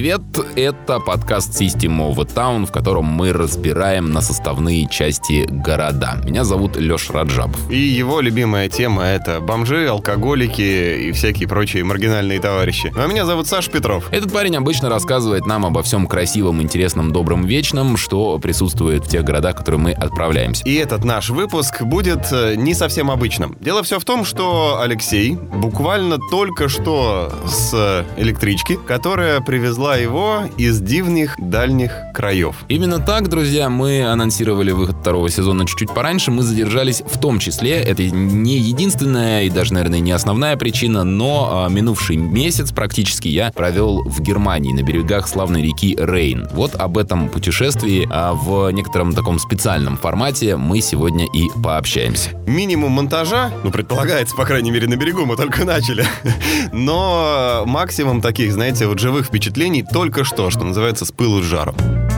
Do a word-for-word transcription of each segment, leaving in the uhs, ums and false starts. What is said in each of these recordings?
привет! Это подкаст System of a Town, в котором мы разбираем на составные части города. Меня зовут Леша Раджабов. И его любимая тема — это бомжи, алкоголики и всякие прочие маргинальные товарищи. А меня зовут Саша Петров. Этот парень обычно рассказывает нам обо всем красивом, интересном, добром, вечном, что присутствует в тех городах, в которые мы отправляемся. И этот наш выпуск будет не совсем обычным. Дело все в том, что Алексей буквально только что с электрички, которая привезла его из дивных дальних краев. Именно так, друзья, мы анонсировали выход второго сезона чуть-чуть пораньше. Мы задержались в том числе. Это не единственная и даже, наверное, не основная причина, но а, минувший месяц практически я провел в Германии на берегах славной реки Рейн. Вот об этом путешествии а, в некотором таком специальном формате мы сегодня и пообщаемся. Минимум монтажа, ну, предполагается, по крайней мере, на берегу мы только начали, но максимум таких, знаете, вот живых впечатлений только что, что называется, с пылу с жару.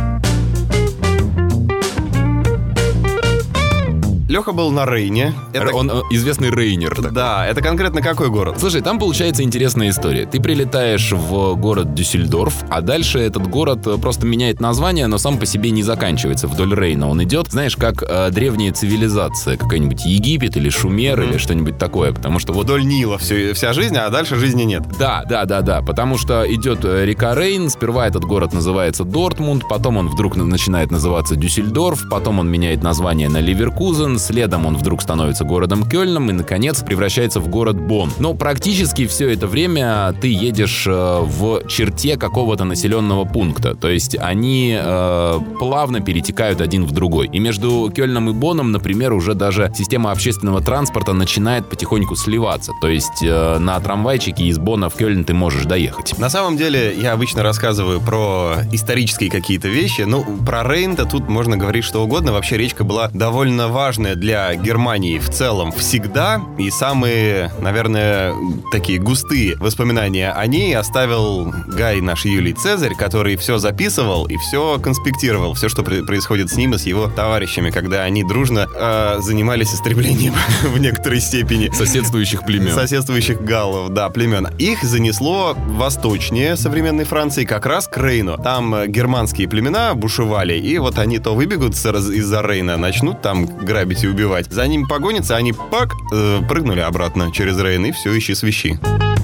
Леха был на Рейне. Это... Он известный рейнер. Такой. Да, это конкретно какой город? Слушай, там получается интересная история. Ты прилетаешь в город Дюссельдорф, а дальше этот город просто меняет название, но сам по себе не заканчивается. Вдоль Рейна он идет, знаешь, как э, древняя цивилизация, какая-нибудь Египет или Шумер, mm-hmm. или что-нибудь такое, потому что вот... Вдоль Нила все, вся жизнь, а дальше жизни нет. Да, да, да, да, потому что идет река Рейн, сперва этот город называется Дортмунд, потом он вдруг начинает называться Дюссельдорф, потом он меняет название на Ливеркузен, следом он вдруг становится городом Кёльном и, наконец, превращается в город Бонн. Но практически все это время ты едешь э, в черте какого-то населенного пункта. То есть они э, плавно перетекают один в другой. И между Кёльном и Бонном, например, уже даже система общественного транспорта начинает потихоньку сливаться. То есть э, на трамвайчике из Бонна в Кёльн ты можешь доехать. На самом деле, я обычно рассказываю про исторические какие-то вещи. Ну, про Рейн-то тут можно говорить что угодно. Вообще речка была довольно важная для Германии в целом всегда, и самые, наверное, такие густые воспоминания о ней оставил Гай наш Юлий Цезарь, который все записывал и все конспектировал, все, что происходит с ним и с его товарищами, когда они дружно э, занимались истреблением в некоторой степени соседствующих племен. Соседствующих галлов, да, племен. Их занесло восточнее современной Франции, как раз к Рейну. Там германские племена бушевали, и вот они то выбегут из-за Рейна, начнут там грабить и убивать. За ними погонятся, они пак, э, прыгнули обратно через Рейн, и все, ищи свищи.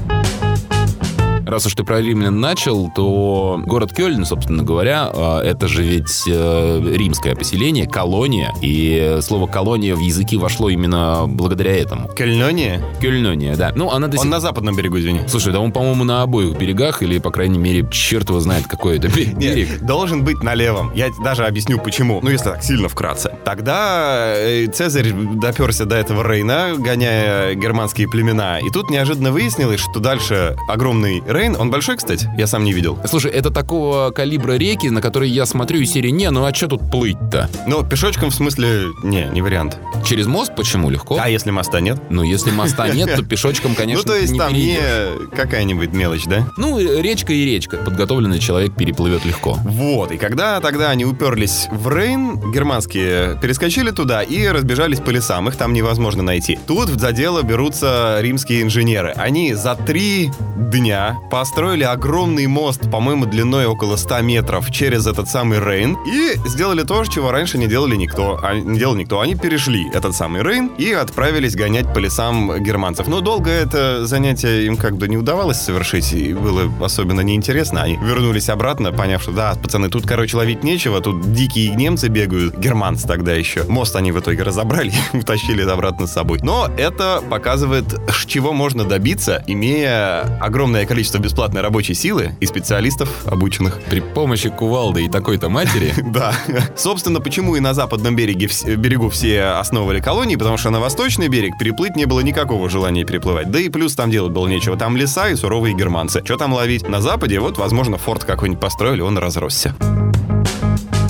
Раз уж ты про римлян начал, то город Кёльн, собственно говоря, это же ведь римское поселение, колония. И слово «колония» в языки вошло именно благодаря этому. Кёльнония? Кёльнония, да. Ну, она до сих... Он на западном берегу, извини. Слушай, да он, по-моему, на обоих берегах, или, по крайней мере, черт его знает, какой это берег. Нет, должен быть на левом. Я даже объясню, почему. Ну, если так сильно вкратце. Тогда Цезарь доперся до этого Рейна, гоняя германские племена. И тут неожиданно выяснилось, что дальше огромный Рейн. Он большой, кстати? Я сам не видел. Слушай, это такого калибра реки, на которые я смотрю и серии «Не, ну а что тут плыть-то?» Ну, пешочком в смысле, не, не вариант. Через мост? Почему? Легко. А если моста нет? Ну, если моста нет, то пешочком, конечно, не перейдешь. Ну, то есть там не какая-нибудь мелочь, да? Ну, речка и речка. Подготовленный человек переплывет легко. Вот, и когда тогда они уперлись в Рейн, германские перескочили туда и разбежались по лесам. Их там невозможно найти. Тут за дело берутся римские инженеры. Они за три дня построили огромный мост, по-моему, длиной около ста метров через этот самый Рейн и сделали то, чего раньше не делали никто. А, не делал никто. Они перешли этот самый Рейн и отправились гонять по лесам германцев. Но долго это занятие им как бы не удавалось совершить, и было особенно неинтересно. Они вернулись обратно, поняв, что да, пацаны, тут, короче, ловить нечего, тут дикие немцы бегают, германцы тогда еще. Мост они в итоге разобрали и утащили обратно с собой. Но это показывает, чего можно добиться, имея огромное количество бесплатной рабочей силы и специалистов обученных. При помощи кувалды и такой-то матери. Да. Собственно, почему и на западном береге, берегу все основывали колонии, потому что на восточный берег переплыть не было никакого желания переплывать. Да и плюс там делать было нечего. Там леса и суровые германцы. Что там ловить? На западе, вот, возможно, форт какой-нибудь построили, он разросся.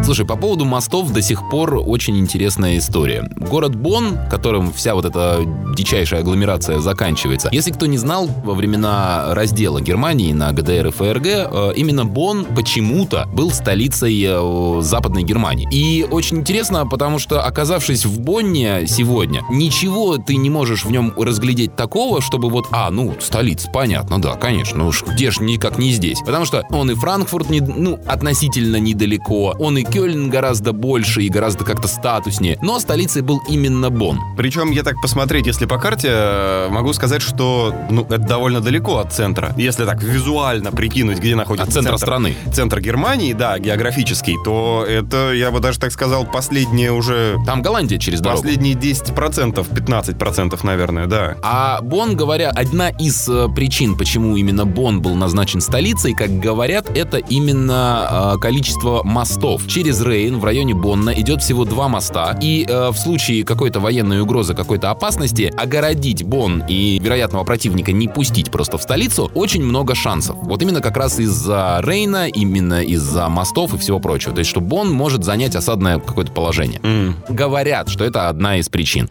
Слушай, по поводу мостов до сих пор очень интересная история. Город Бонн, которым вся вот эта дичайшая агломерация заканчивается. Если кто не знал, во времена раздела Германии на ГДР и ФРГ, именно Бонн почему-то был столицей Западной Германии. И очень интересно, потому что, оказавшись в Бонне сегодня, ничего ты не можешь в нем разглядеть такого, чтобы вот, а, ну, столица, понятно, да, конечно, ну уж где ж никак не здесь. Потому что он и Франкфурт, не, ну, относительно недалеко, он и Кёльн гораздо больше и гораздо как-то статуснее, но столицей был именно Бонн. Причем, я так посмотреть, если по карте, могу сказать, что, ну, это довольно далеко от центра. Если так визуально прикинуть, где находится от центра центр, страны. Центр Германии, да, географический, то это, я бы даже так сказал, последние уже... Там Голландия через дорогу. Последние десять процентов, пятнадцать процентов, наверное, да. А Бонн, говоря, одна из э, причин, почему именно Бонн был назначен столицей, как говорят, это именно э, количество мостов. Через Рейн в районе Бонна идет всего два моста, и э, в случае какой-то военной угрозы, какой-то опасности, огородить Бонн и вероятного противника не пустить просто в столицу, очень много шансов. Вот именно как раз из-за Рейна, именно из-за мостов и всего прочего. То есть, что Бонн может занять осадное какое-то положение. Mm. Говорят, что это одна из причин.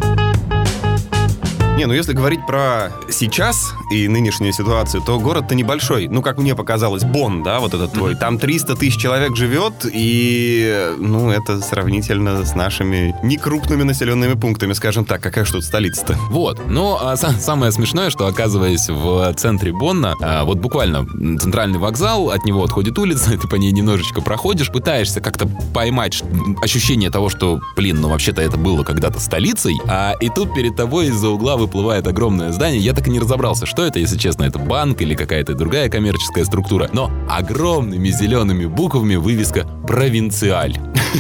Не, ну если говорить про сейчас и нынешнюю ситуацию, то город-то небольшой. Ну, как мне показалось, Бонн, да, вот этот твой. Там триста тысяч человек живет, и, ну, это сравнительно с нашими некрупными населенными пунктами, скажем так. Какая ж тут столица-то? Вот. Но а, самое смешное, что, оказываясь в центре Бонна, а, вот буквально центральный вокзал, от него отходит улица, ты по ней немножечко проходишь, пытаешься как-то поймать ощущение того, что, блин, ну, вообще-то это было когда-то столицей, а, и тут перед тобой из-за угла выплывает огромное здание. Я так и не разобрался, что это, если честно, это банк или какая-то другая коммерческая структура. Но огромными зелеными буквами вывеска «Провинциаль».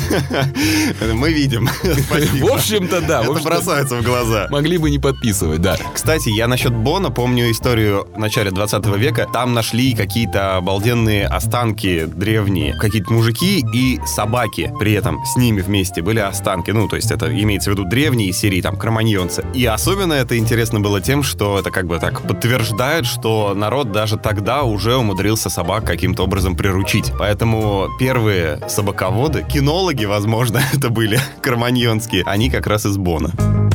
Мы видим. В общем-то, да. Это бросается в глаза. Могли бы не подписывать, да. Кстати, я насчет Бонна помню историю в начале двадцатого века. Там нашли какие-то обалденные останки древние. Какие-то мужики и собаки. При этом с ними вместе были останки. Ну, то есть это имеется в виду древние серии, там, кроманьонцы. И особенно это интересно было тем, что это как бы так подтверждает, что народ даже тогда уже умудрился собак каким-то образом приручить. Поэтому первые собаководы, кинологи, возможно, это были кроманьонские, они как раз из Бонна.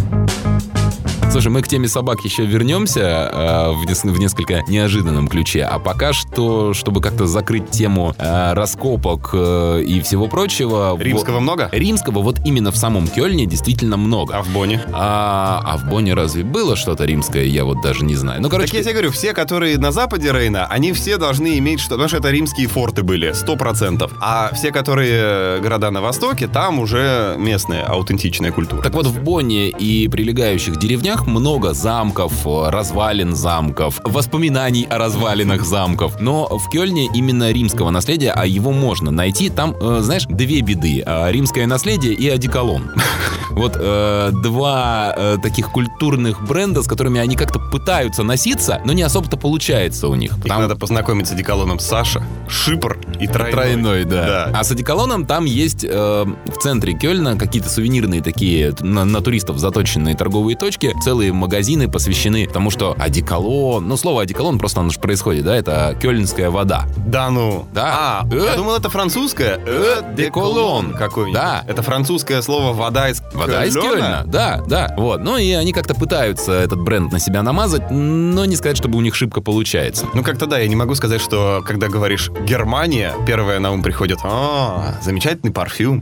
Слушай, мы к теме собак еще вернемся э, в, нес- в несколько неожиданном ключе. А пока что, чтобы как-то закрыть тему э, раскопок э, и всего прочего... Римского в... много? Римского вот именно в самом Кёльне действительно много. А в Бонне? А, а в Бонне разве было что-то римское? Я вот даже не знаю. Ну, короче... Так я тебе говорю, все, которые на западе Рейна, они все должны иметь что-то... Потому что это римские форты были, сто процентов. А все, которые города на востоке, там уже местная, аутентичная культура. Так вот, в Бонне и прилегающих деревнях много замков, развалин замков, воспоминаний о развалинах замков. Но в Кёльне именно римского наследия, а его можно найти. Там, э, знаешь, две беды. Римское наследие и одеколон. Вот э, два э, таких культурных бренда, с которыми они как-то пытаются носиться, но не особо-то получается у них. Их Там... надо познакомиться с одеколоном Саша, Шипр и Тройной. Тройной, да. да. А с одеколоном там есть э, в центре Кёльна какие-то сувенирные такие на, на туристов заточенные торговые точки. Целые магазины посвящены тому, что одеколон... Ну, слово одеколон просто оно же происходит, да? Это кёльнская вода. Да ну? Да. А, э? я думал, это французское. Одеколон какой-нибудь. Да. Это французское слово «вода» из Вода из Кёльна, да, да. Вот. Ну и они как-то пытаются этот бренд на себя намазать, но не сказать, чтобы у них шибко получается. Ну как-то да, я не могу сказать, что когда говоришь «Германия», первое на ум приходит «А, замечательный парфюм».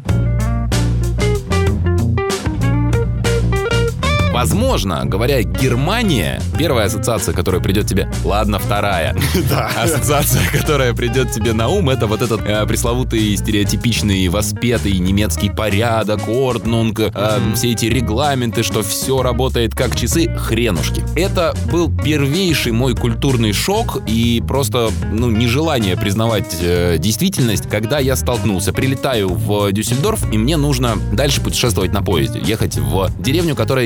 Возможно, говоря Германия, первая ассоциация, которая придет тебе... Ладно, вторая. Да. Ассоциация, которая придет тебе на ум, это вот этот э, пресловутый, стереотипичный, воспетый немецкий порядок, орднунг, э, все эти регламенты, что все работает как часы, хренушки. Это был первейший мой культурный шок и просто, ну, нежелание признавать э, действительность, когда я столкнулся. Прилетаю в Дюссельдорф, и мне нужно дальше путешествовать на поезде, ехать в деревню, которая еще ниже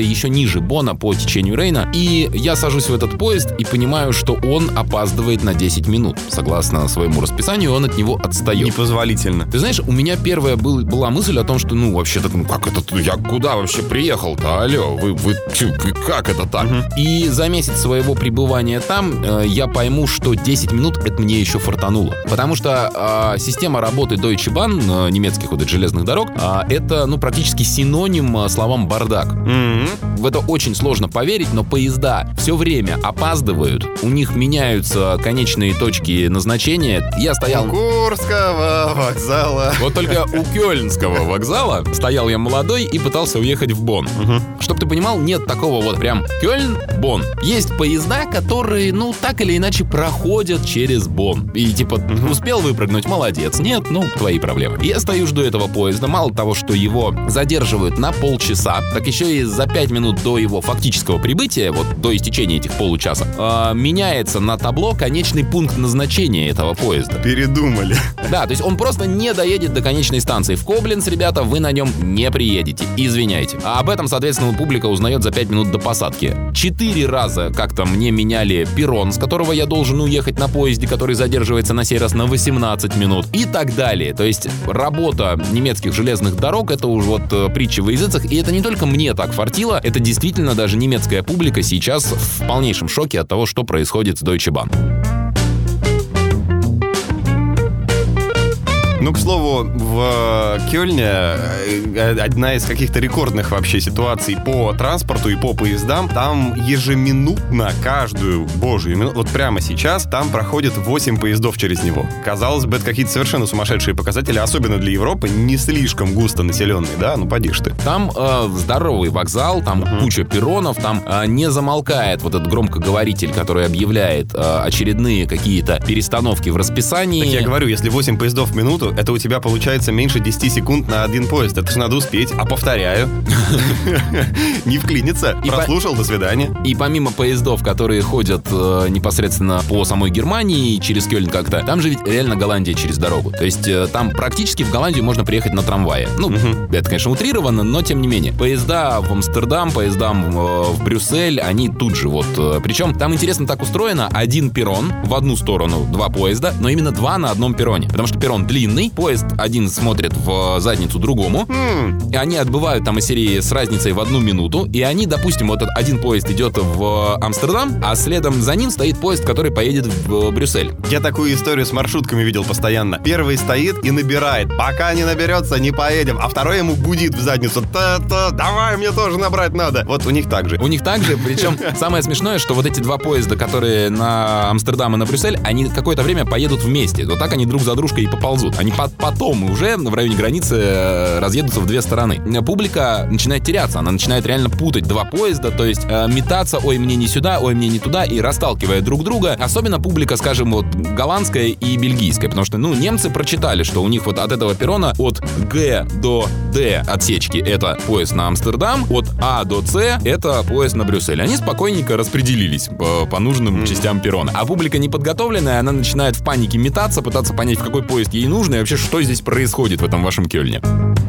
ниже Бонна по течению Рейна. И я сажусь в этот поезд и понимаю, что он опаздывает на десять минут. Согласно своему расписанию, он от него отстает. Непозволительно. Ты знаешь, у меня первая был, была мысль о том, что, ну, вообще-то, ну, как это, я куда вообще приехал-то, алло, вы, вы, вы как это так? Uh-huh. И за месяц своего пребывания там э, я пойму, что десять минут это мне еще фартануло. Потому что э, система работы Deutsche Bahn, э, немецких вот этих железных дорог, э, это, ну, практически синоним э, словам бардак. Uh-huh. В это очень сложно поверить, но поезда все время опаздывают, у них меняются конечные точки назначения. Я стоял... У Курского вокзала. Вот только у Кёльнского вокзала стоял я молодой и пытался уехать в Бонн. Угу. Чтоб ты понимал, нет такого вот прям Кёльн-Бонн. Есть поезда, которые, ну, так или иначе проходят через Бонн. И типа, угу. успел выпрыгнуть, молодец. Нет, ну, твои проблемы. Я стою, жду этого поезда. Мало того, что его задерживают на полчаса, так еще и за пять минут до его фактического прибытия, вот до истечения этих получаса, э, меняется на табло конечный пункт назначения этого поезда. Передумали. Да, то есть он просто не доедет до конечной станции. В Кобленц, ребята, вы на нем не приедете. Извиняйте. А об этом, соответственно, публика узнает за пять минут до посадки. Четыре раза как-то мне меняли перрон, с которого я должен уехать на поезде, который задерживается на сей раз на восемнадцать минут. И так далее. То есть работа немецких железных дорог — это уже вот э, притча во языцах. И это не только мне так фартило, это действительно даже немецкая публика сейчас в полнейшем шоке от того, что происходит с Deutsche Bahn. Ну, к слову, в Кёльне одна из каких-то рекордных вообще ситуаций по транспорту и по поездам. Там ежеминутно, каждую божью минуту, вот прямо сейчас, там проходит восемь поездов через него. Казалось бы, это какие-то совершенно сумасшедшие показатели, особенно для Европы, не слишком густо населенные, да? Ну, поди ж ты. Там э, здоровый вокзал, там uh-huh. куча перронов, там э, не замолкает вот этот громкоговоритель, который объявляет э, очередные какие-то перестановки в расписании. Так я говорю, если восемь поездов в минуту, это у тебя получается меньше десяти секунд на один поезд. Это же надо успеть. А повторяю, не вклиниться. Прослушал, до свидания. И помимо поездов, которые ходят э, непосредственно по самой Германии, через Кёльн как-то, там же ведь реально Голландия через дорогу. То есть э, там практически в Голландию можно приехать на трамвае. Ну, uh-huh. это, конечно, утрировано, но тем не менее. Поезда в Амстердам, поезда в, в Брюссель, они тут же вот. Э, причем там интересно так устроено: один перрон, в одну сторону два поезда, но именно два на одном перроне. Потому что перрон длинный, поезд один смотрит в задницу другому, mm. и они отбывают там из серии с разницей в одну минуту, и они, допустим, вот этот один поезд идет в Амстердам, а следом за ним стоит поезд, который поедет в Брюссель. Я такую историю с маршрутками видел постоянно. Первый стоит и набирает. Пока не наберется, не поедем. А второй ему гудит в задницу. Та-та, давай, мне тоже набрать надо. Вот у них так же. У них так же, причем самое смешное, что вот эти два поезда, которые на Амстердам и на Брюссель, они какое-то время поедут вместе. Вот так они друг за дружкой и поползут. Они потом уже в районе границы разъедутся в две стороны. Публика начинает теряться, она начинает реально путать два поезда, то есть э, метаться, ой, мне не сюда, ой, мне не туда, и расталкивая друг друга. Особенно публика, скажем, вот голландская и бельгийская, потому что, ну, немцы прочитали, что у них вот от этого перрона от Г до Д отсечки это поезд на Амстердам, от А до С это поезд на Брюссель. Они спокойненько распределились по, по нужным mm. частям перрона. А публика неподготовленная, она начинает в панике метаться, пытаться понять, в какой поезд ей нужно, и вообще, что здесь происходит в этом вашем Кёльне.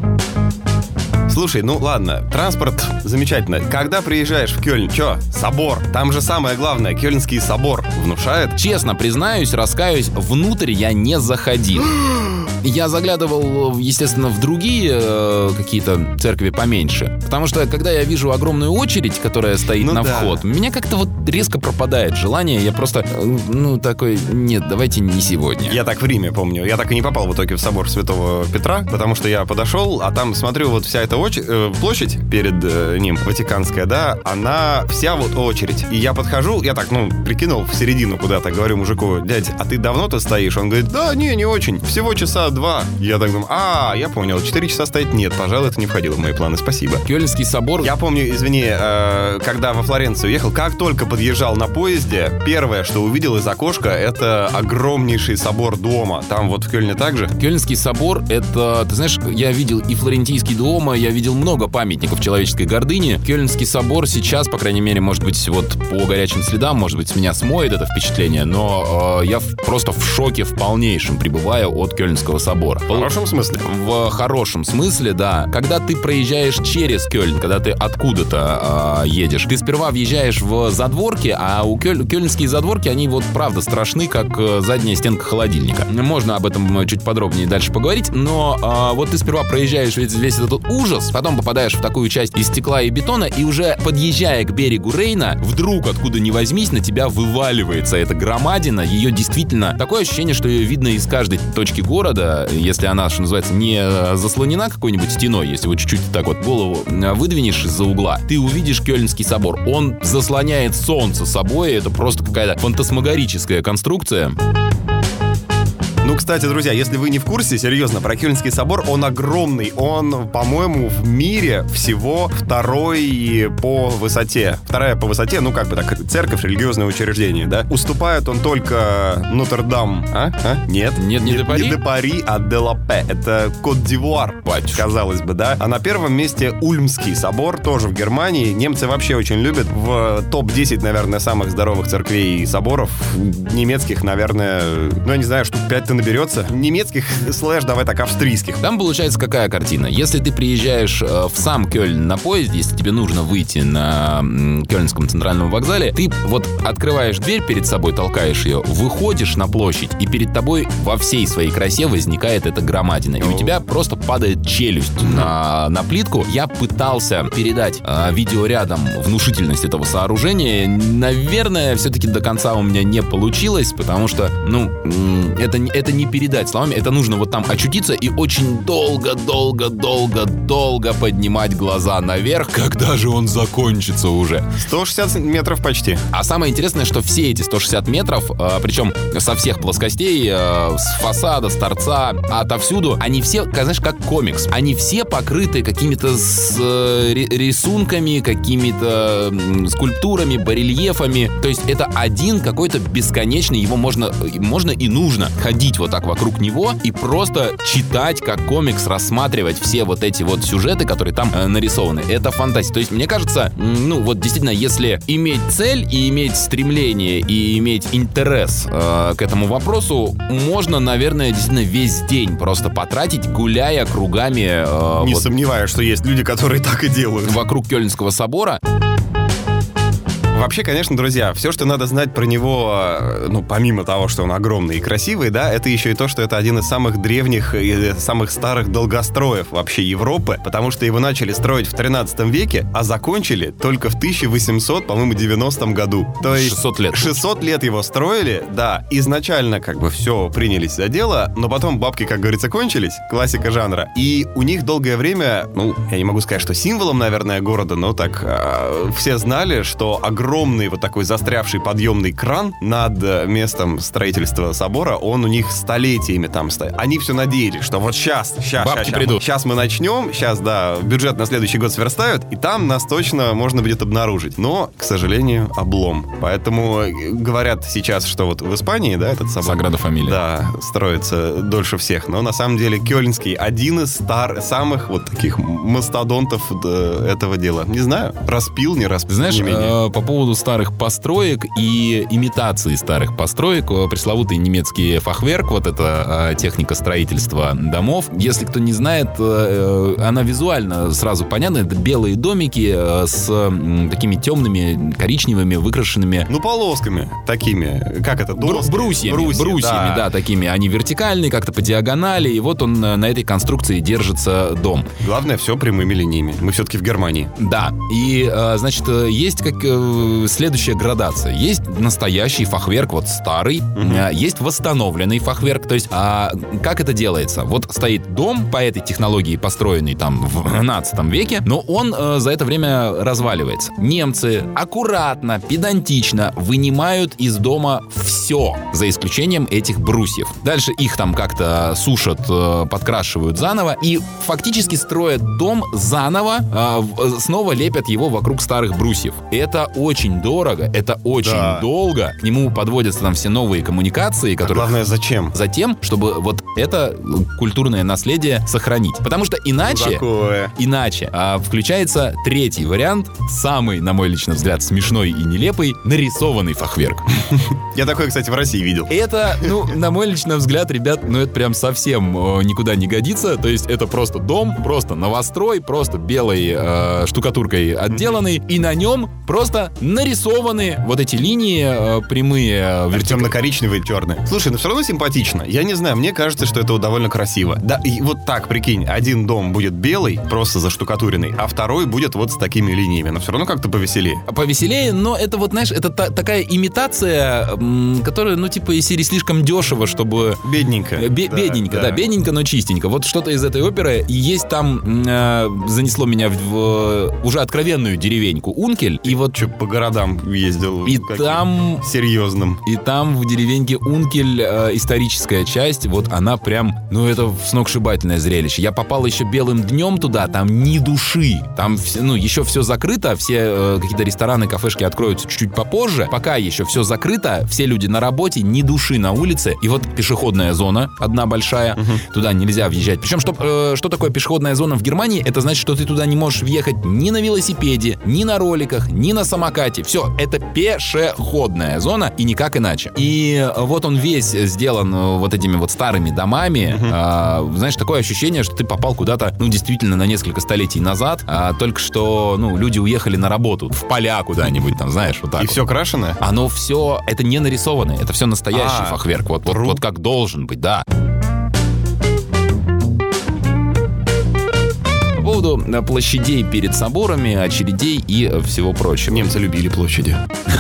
Слушай, ну ладно, транспорт замечательно. Когда приезжаешь в Кёльн, чё, собор? Там же самое главное, Кёльнский собор внушает. Честно признаюсь, раскаюсь, внутрь я не заходил. Я заглядывал, естественно, в другие э, какие-то церкви поменьше. Потому что, когда я вижу огромную очередь, которая стоит ну на да. вход, у меня как-то вот резко пропадает желание. Я просто, ну, такой, нет, давайте не сегодня. Я так в Риме помню. Я так и не попал в итоге в собор Святого Петра, потому что я подошел, а там, смотрю, вот вся эта оч... э, площадь перед э, ним, Ватиканская, да, она вся вот очередь. И я подхожу, я так, ну, прикинул в середину куда-то, говорю мужику: дядь, а ты давно тут стоишь? Он говорит: да, не, не очень. Всего часа два. Я так думаю: а, я понял, четыре часа стоять нет, пожалуй, это не входило в мои планы, спасибо. Кёльнский собор. Я помню, извини, э, когда во Флоренцию ехал, как только подъезжал на поезде, первое, что увидел из окошка, это огромнейший собор Дуома. Там вот в Кёльне также. Кёльнский собор, это, ты знаешь, я видел и Флорентийский Дуомо, я видел много памятников человеческой гордыни. Кёльнский собор сейчас, по крайней мере, может быть, вот по горячим следам, может быть, с меня смоет это впечатление, но э, я в, просто в шоке в полнейшем пребываю от Кёльнского собора. В хорошем смысле? В хорошем смысле, да. Когда ты проезжаешь через Кёльн, когда ты откуда-то э, едешь, ты сперва въезжаешь в задворки, а у Кёль, кёльнские задворки, они вот правда страшны, как э, задняя стенка холодильника. Можно об этом чуть подробнее дальше поговорить, но э, вот ты сперва проезжаешь весь, весь этот ужас, потом попадаешь в такую часть из стекла и бетона, и уже подъезжая к берегу Рейна, вдруг, откуда ни возьмись, на тебя вываливается эта громадина. Ее действительно такое ощущение, что ее видно из каждой точки города, если она, что называется, не заслонена какой-нибудь стеной, если вот чуть-чуть так вот голову выдвинешь из-за угла, ты увидишь Кёльнский собор. Он заслоняет солнце собой, это просто какая-то фантасмагорическая конструкция. Ну, кстати, друзья, если вы не в курсе, серьезно, про Кёльнский собор, он огромный. Он, по-моему, в мире всего второй по высоте. Вторая по высоте, ну, как бы так, церковь, религиозное учреждение, да? Уступает он только Нотр-Дам. А? а? Нет. Нет, не, не де Пари? Не де Пари, а де ла Пе. Это Кот-д'Ивуар, казалось бы, да? А на первом месте Ульмский собор, тоже в Германии. Немцы вообще очень любят. В топ десять, наверное, самых здоровых церквей и соборов немецких, наверное, ну, я не знаю, штук пять наберется. Немецких, слэш, давай так, австрийских. Там получается какая картина? Если ты приезжаешь э, в сам Кёльн на поезде, если тебе нужно выйти на м, Кёльнском центральном вокзале, ты вот открываешь дверь перед собой, толкаешь ее, выходишь на площадь, и перед тобой во всей своей красе возникает эта громадина. И у тебя просто падает челюсть на, на плитку. Я пытался передать э, видеорядом внушительность этого сооружения. Наверное, все-таки до конца у меня не получилось, потому что, ну, это не Это не передать словами, это нужно вот там очутиться и очень долго-долго-долго-долго поднимать глаза наверх, когда же он закончится уже. сто шестьдесят метров почти. А самое интересное, что все эти сто шестьдесят метров, причем со всех плоскостей, с фасада, с торца, отовсюду, они все, знаешь, как комикс. Они все покрыты какими-то рисунками, какими-то скульптурами, барельефами. То есть это один какой-то бесконечный, его можно, можно и нужно ходить вот так вокруг него и просто читать как комикс, рассматривать все вот эти вот сюжеты, которые там э, нарисованы. Это фантастика. То есть, мне кажется, ну вот действительно, если иметь цель и иметь стремление и иметь интерес э, к этому вопросу, можно, наверное, действительно весь день просто потратить, гуляя кругами. Э, Не вот, сомневаюсь, что есть люди, которые так и делают. Вокруг Кёльнского собора. Вообще, конечно, друзья, все, что надо знать про него, ну, помимо того, что он огромный и красивый, да, это еще и то, что это один из самых древних и самых старых долгостроев вообще Европы, потому что его начали строить в тринадцатом веке, а закончили только в тысяча восемьсот, по-моему, девяностом году. То есть шестьсот лет. шестьсот лет его строили, да, изначально как бы все принялись за дело, но потом бабки, как говорится, кончились, классика жанра, и у них долгое время, ну, я не могу сказать, что символом, наверное, города, но так э, все знали, что огромный огромный вот такой застрявший подъемный кран над местом строительства собора, он у них столетиями там стоит. Они все надеялись, что вот сейчас, сейчас, бабки сейчас, придут. Сейчас мы начнем, сейчас, да, бюджет на следующий год сверстают, и там нас точно можно будет обнаружить. Но, к сожалению, облом. Поэтому говорят сейчас, что вот в Испании, да, этот собор... Саграда Фамилия. Да, строится дольше всех. Но на самом деле Кёльнский один из стар... самых вот таких мастодонтов этого дела. Не знаю, распил, не распил. Знаешь, не э, по поводу старых построек и имитации старых построек, пресловутый немецкий фахверк, вот эта э, техника строительства домов. Если кто не знает, э, она визуально сразу понятна. Это белые домики э, с э, такими темными, коричневыми, выкрашенными... Ну, полосками такими. Как это? Доски? Брусьями. Брусья, брусьями, да. да, такими. Они вертикальные, как-то по диагонали. И вот он на этой конструкции держится дом. Главное, все прямыми линиями. Мы все-таки в Германии. Да. И, э, значит, есть как... Э, следующая градация. Есть настоящий фахверк, вот старый, mm-hmm. есть восстановленный фахверк. То есть, а, как это делается? Вот стоит дом по этой технологии, построенный там в двенадцатом веке, но он э, за это время разваливается. Немцы аккуратно, педантично вынимают из дома все, за исключением этих брусьев. Дальше их там как-то сушат, э, подкрашивают заново и фактически строят дом заново, э, снова лепят его вокруг старых брусьев. Это очень очень дорого, это очень Да. долго. К нему подводятся там все новые коммуникации, А которые... главное, зачем? Затем, чтобы вот это культурное наследие сохранить. Потому что иначе... Такое. Иначе а, включается третий вариант, самый, на мой личный взгляд, смешной и нелепый, нарисованный фахверк. Я такое, кстати, в России видел. Это, ну, на мой личный взгляд, ребят, ну это прям совсем э, никуда не годится. То есть это просто дом, просто новострой, просто белой э, штукатуркой отделанный, и на нем просто нарисованы вот эти линии э, прямые, э, вертикальные. Темно-коричневый, черный. Слушай, ну все равно симпатично. Я не знаю, мне кажется, что это довольно красиво. Да, и вот так, прикинь, один дом будет белый, просто заштукатуренный, а второй будет вот с такими линиями. Но все равно как-то повеселее. Повеселее, но это вот, знаешь, это та- такая имитация, м, которая, ну, типа, из серии слишком дешево, чтобы... Бедненько. Бе- Да, бедненько, да. да. бедненько, но чистенько. Вот что-то из этой оперы. И есть там, э, занесло меня в, в уже откровенную деревеньку Ункель. И вот... Че, по городам ездил. И каким там... серьезным. И там в деревеньке Ункель э, историческая часть, вот она прям, ну это сногсшибательное зрелище. Я попал еще белым днем туда, там ни души. Там, все, ну, еще все закрыто, все э, какие-то рестораны, кафешки откроются чуть-чуть попозже. Пока еще все закрыто, все люди на работе, ни души на улице. И вот пешеходная зона одна большая, Угу. туда нельзя въезжать. Причем, что, э, что такое пешеходная зона в Германии? Это значит, что ты туда не можешь въехать ни на велосипеде, ни на роликах, ни на самокате. Все, это пешеходная зона и никак иначе. И вот он весь сделан э, вот этими вот старыми домами. Мгм. А, знаешь, такое ощущение, что ты попал куда-то, ну, действительно, на несколько столетий назад. А, только что, ну, люди уехали на работу в поля куда-нибудь там, знаешь, вот так И вот. все крашеное? Оно все, это не нарисованное, это все настоящий А, фахверк. Вот, вот, тру- вот как должен быть, да. По поводу э, площадей перед соборами, очередей и э, всего прочего. Немцы любили площади.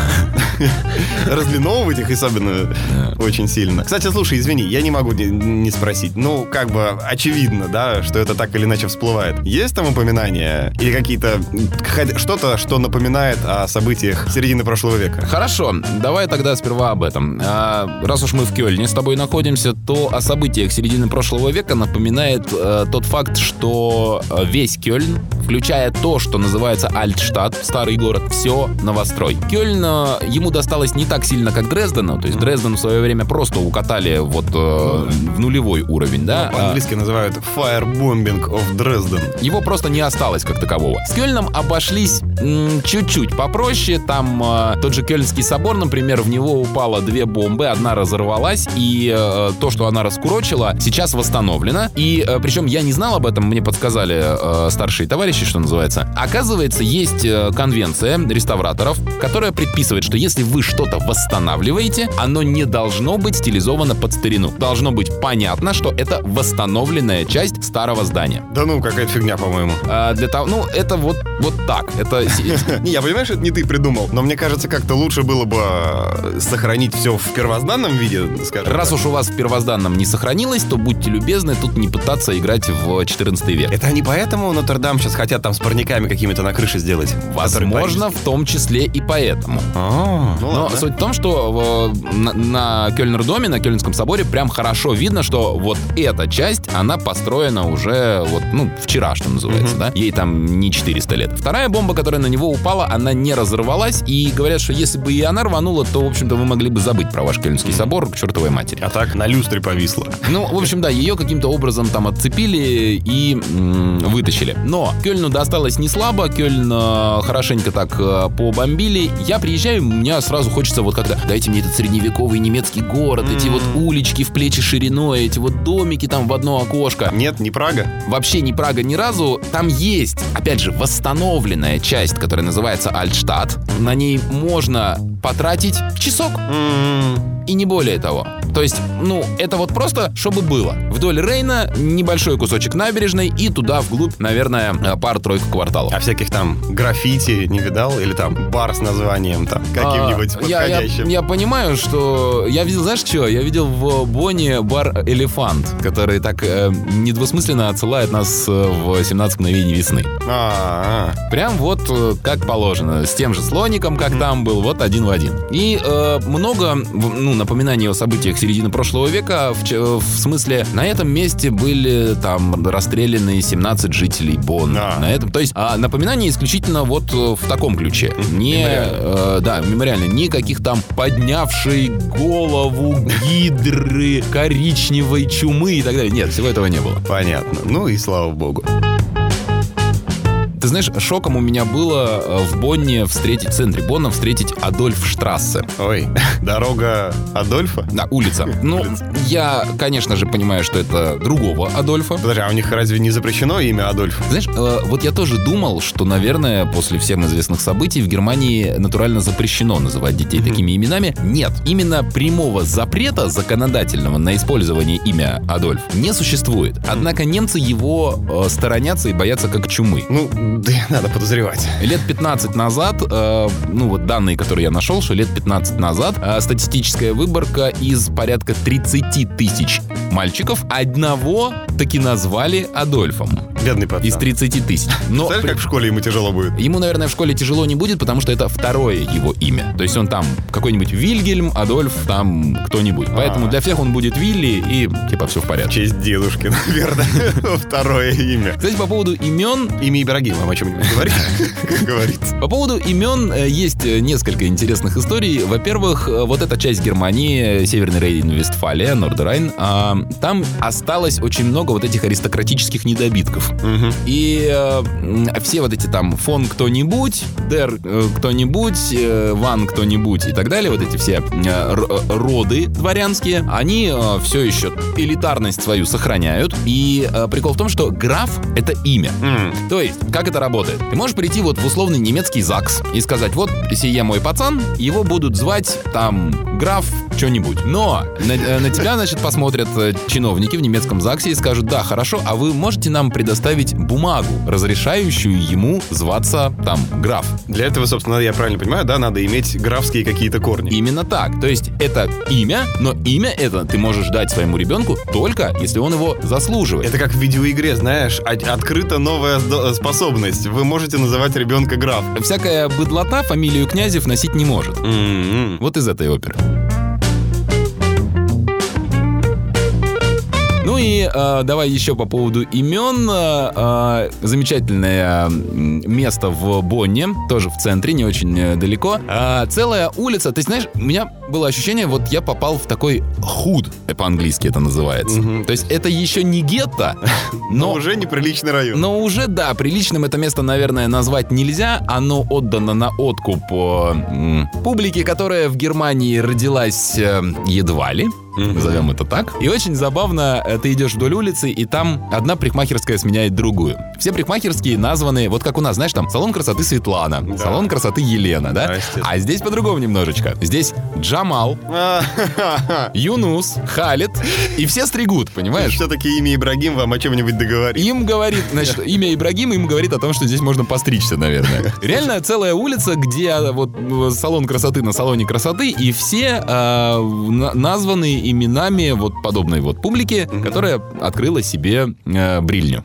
Разлиновывать их особенно очень сильно. Кстати, слушай, извини, я не могу не, не спросить. Ну, как бы очевидно, да, что это так или иначе всплывает. Есть там упоминания или какие-то... хотя- Что-то, что напоминает о событиях середины прошлого века? Хорошо, давай тогда сперва об этом. А, раз уж мы в Кёльне с тобой находимся, то о событиях середины прошлого века напоминает э, тот факт, что э, весь Кёльн, включая то, что называется Альтштадт, старый город, все новострой. Кёльн, э, ему досталось не так сильно, как Дрездену, то есть Дрезден в свое время просто укатали вот э, в нулевой уровень, да? Ну, по-английски называют Firebombing of Dresden. Его просто не осталось как такового. С Кёльном обошлись м, чуть-чуть попроще. Там э, тот же Кёльнский собор, например, в него упало две бомбы, одна разорвалась, и э, то, что она раскурочила, сейчас восстановлено. И э, причем я не знал об этом, мне подсказали э, старшие товарищи, что называется. Оказывается, есть э, конвенция реставраторов, которая предписывает, что если вы что-то восстанавливаете, оно не должно быть стилизовано под старину. Должно быть понятно, что это восстановленная часть старого здания. Да ну, какая-то фигня, по-моему. А, для того, ну, это вот, вот так. Это с- Не, я понимаю, что это не ты придумал, но мне кажется, как-то лучше было бы э, сохранить все в первозданном виде, скажем раз так. уж у вас в первозданном не сохранилось, то будьте любезны тут не пытаться играть в четырнадцатый век. Это они поэтому Нотр-Дам сейчас хотят там с парниками какими-то на крыше сделать? Возможно, в том числе и поэтому. А, ну Но ладно. суть в том, что э, на, на Кёльнер-доме, на Кёльнском соборе прям хорошо видно, что вот эта часть, она построена уже вот, ну, вчера, что называется, Мгм. да? Ей там не четыреста лет. Вторая бомба, которая на него упала, она не разорвалась, и говорят, что если бы и она рванула, то, в общем-то, вы могли бы забыть про ваш Кёльнский собор к чертовой матери. А так на люстре повисло. Ну, в общем, да, ее каким-то образом там отцепили и м, вытащили. Но Кёльну досталось не слабо, Кёльн э, хорошенько так э, побомбили. Я приезжаю, мне сразу хочется вот как-то, дайте мне этот средневековый немецкий город, эти вот улички в плечи шириной, эти вот домики там в одно окошко. Нет, не Прага. Вообще не Прага ни разу. Там есть, опять же, восстановленная часть, которая называется Альтштадт. На ней можно потратить часок. М-м. И не более того. То есть, ну, это вот просто, чтобы было. Вдоль Рейна небольшой кусочек набережной и туда вглубь, наверное, пара-тройку кварталов. А всяких там граффити не видал? Или там бар с названием там каким-нибудь А, я, я, подходящим? я понимаю, что... Я видел, знаешь, что? Я видел в Бонне бар «Элефант», который так э, недвусмысленно отсылает нас э, в семнадцать мгновений весны. А, Прям вот э, как положено. С тем же слоником, как там был, вот один в один. И э, много, в- ну, напоминаний о событиях середины прошлого века. В, в смысле, на этом месте были там расстреляны семнадцать жителей Бонна. А. На этом, то есть а, напоминание исключительно вот в таком ключе. Не, э, да, мемориально. Никаких там поднявшей голову гидры, коричневой чумы и так далее. Нет, всего этого не было. Понятно. Ну и слава богу. Ты знаешь, шоком у меня было в Бонне встретить, в центре Бонна встретить Адольфштрассе. Ой, дорога Адольфа? Да, улица. Ну, я, конечно же, понимаю, что это другого Адольфа. Подожди, а у них разве не запрещено имя Адольф? Знаешь, э, вот я тоже думал, что, наверное, после всем известных событий в Германии натурально запрещено называть детей mm-hmm. такими именами. Нет, именно прямого запрета законодательного на использование имя Адольф не существует. Однако немцы его э, сторонятся и боятся как чумы. Ну, да, надо подозревать. Лет пятнадцать назад, э, ну вот данные, которые я нашел, что лет пятнадцать назад э, статистическая выборка из порядка тридцать тысяч мальчиков одного таки назвали Адольфом. Бедный пацан. Из тридцати тысяч. Но знаешь, как в школе ему тяжело будет? Ему, наверное, в школе тяжело не будет, потому что это второе его имя. То есть он там какой-нибудь Вильгельм, Адольф, там кто-нибудь. Поэтому для всех он будет Вилли, и типа все в порядке. В честь дедушки, наверное. Второе имя. Кстати, по поводу имен... Имя Ибрагим, вам о чем-нибудь говорить? Как говорится. По поводу имен есть несколько интересных историй. Во-первых, вот эта часть Германии, Северный Рейн-Вестфалия, Нордеррайн, там осталось очень много вот этих аристократических недобитков. Угу. И э, все вот эти там фон кто-нибудь, дер э, кто-нибудь, э, ван кто-нибудь и так далее, вот эти все э, роды дворянские, они э, все еще элитарность свою сохраняют. И э, прикол в том, что граф — это имя. Mm. То есть, как это работает? Ты можешь прийти вот в условный немецкий ЗАГС и сказать: вот, сие мой пацан, его будут звать там граф что-нибудь. Но на, на тебя, значит, посмотрят чиновники в немецком ЗАГСе и скажут: да, хорошо, а вы можете нам предоставить бумагу, разрешающую ему зваться там граф? Для этого, собственно, я правильно понимаю, да, надо иметь графские какие-то корни. Именно так. То есть это имя, но имя это ты можешь дать своему ребенку только если он его заслуживает. Это как в видеоигре, знаешь, открыта новая способность. Вы можете называть ребенка граф. Всякая быдлота фамилию Князев носить не может. Mm-hmm. Вот из этой оперы. Ну и э, давай еще по поводу имен. Э, замечательное место в Бонне, тоже в центре, не очень далеко. Э, целая улица. Ты знаешь, у меня было ощущение, вот я попал в такой худ, по-английски это называется. Mm-hmm. То есть это еще не гетто, но, но уже неприличный район. Но уже, да, приличным это место, наверное, назвать нельзя. Оно отдано на откуп э, публике, которая в Германии родилась э, едва ли. Mm-hmm. Назовем это так. И очень забавно, ты идешь вдоль улицы, и там одна парикмахерская сменяет другую. Все парикмахерские названы, вот как у нас, знаешь, там салон красоты Светлана, да. Салон красоты Елена, да? А здесь по-другому немножечко. Здесь Джамал, Юнус, Халид, и все стригут, понимаешь? Все-таки имя Ибрагим вам о чем-нибудь договорит. Им говорит, значит, имя Ибрагим им говорит о том, что здесь можно постричься, наверное. Реально целая улица, где вот салон красоты на салоне красоты, и все э, названы именами вот подобной вот публики, mm-hmm. которая открыла себе э, брильню.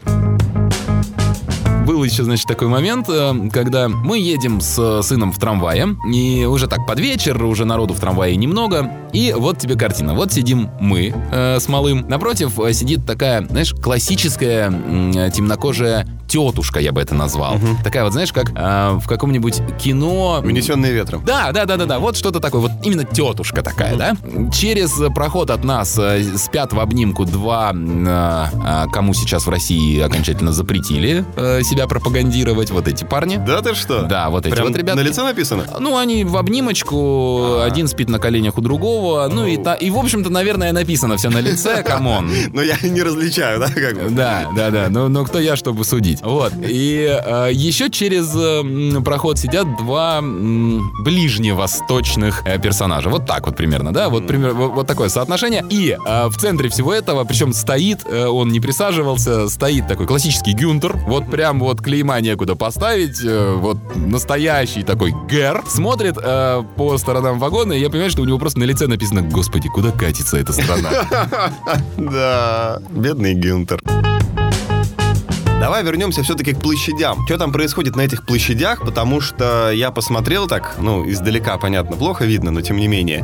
Был еще, значит, такой момент, когда мы едем с сыном в трамвае, и уже так под вечер, уже народу в трамвае немного, и вот тебе картина. Вот сидим мы э, с малым, напротив сидит такая, знаешь, классическая э, темнокожая тетушка, я бы это назвал. Угу. Такая вот, знаешь, как э, в каком-нибудь кино... «Унесенные ветром». Да, да, да, да, да, вот что-то такое, вот именно тетушка такая, угу. да? Через проход от нас э, спят в обнимку два, э, э, кому сейчас в России окончательно запретили э, себя пропагандировать, вот эти парни. Да ты что? Да, вот эти прям вот ребята. На лице написано? Ну, они в обнимочку, А-а-а. один спит на коленях у другого, ну и, та, и, в общем-то, наверное, написано все на лице, камон. Но я не различаю, да? Как бы? Да, да, да, но, но кто я, чтобы судить. Вот, и э, еще через э, проход сидят два э, ближневосточных э, персонажа. Вот так вот примерно, да? Вот, пример, вот, вот такое соотношение. И э, в центре всего этого, причем стоит, э, он не присаживался, стоит такой классический Гюнтер, вот прям вот клейма некуда поставить, э, вот настоящий такой гэр, смотрит э, по сторонам вагона, и я понимаю, что у него просто на лице написано: «Господи, куда катится эта страна?» Да, бедный Гюнтер. Давай вернемся все-таки к площадям. Что там происходит на этих площадях? Потому что я посмотрел так, ну, издалека, понятно, плохо видно, но тем не менее.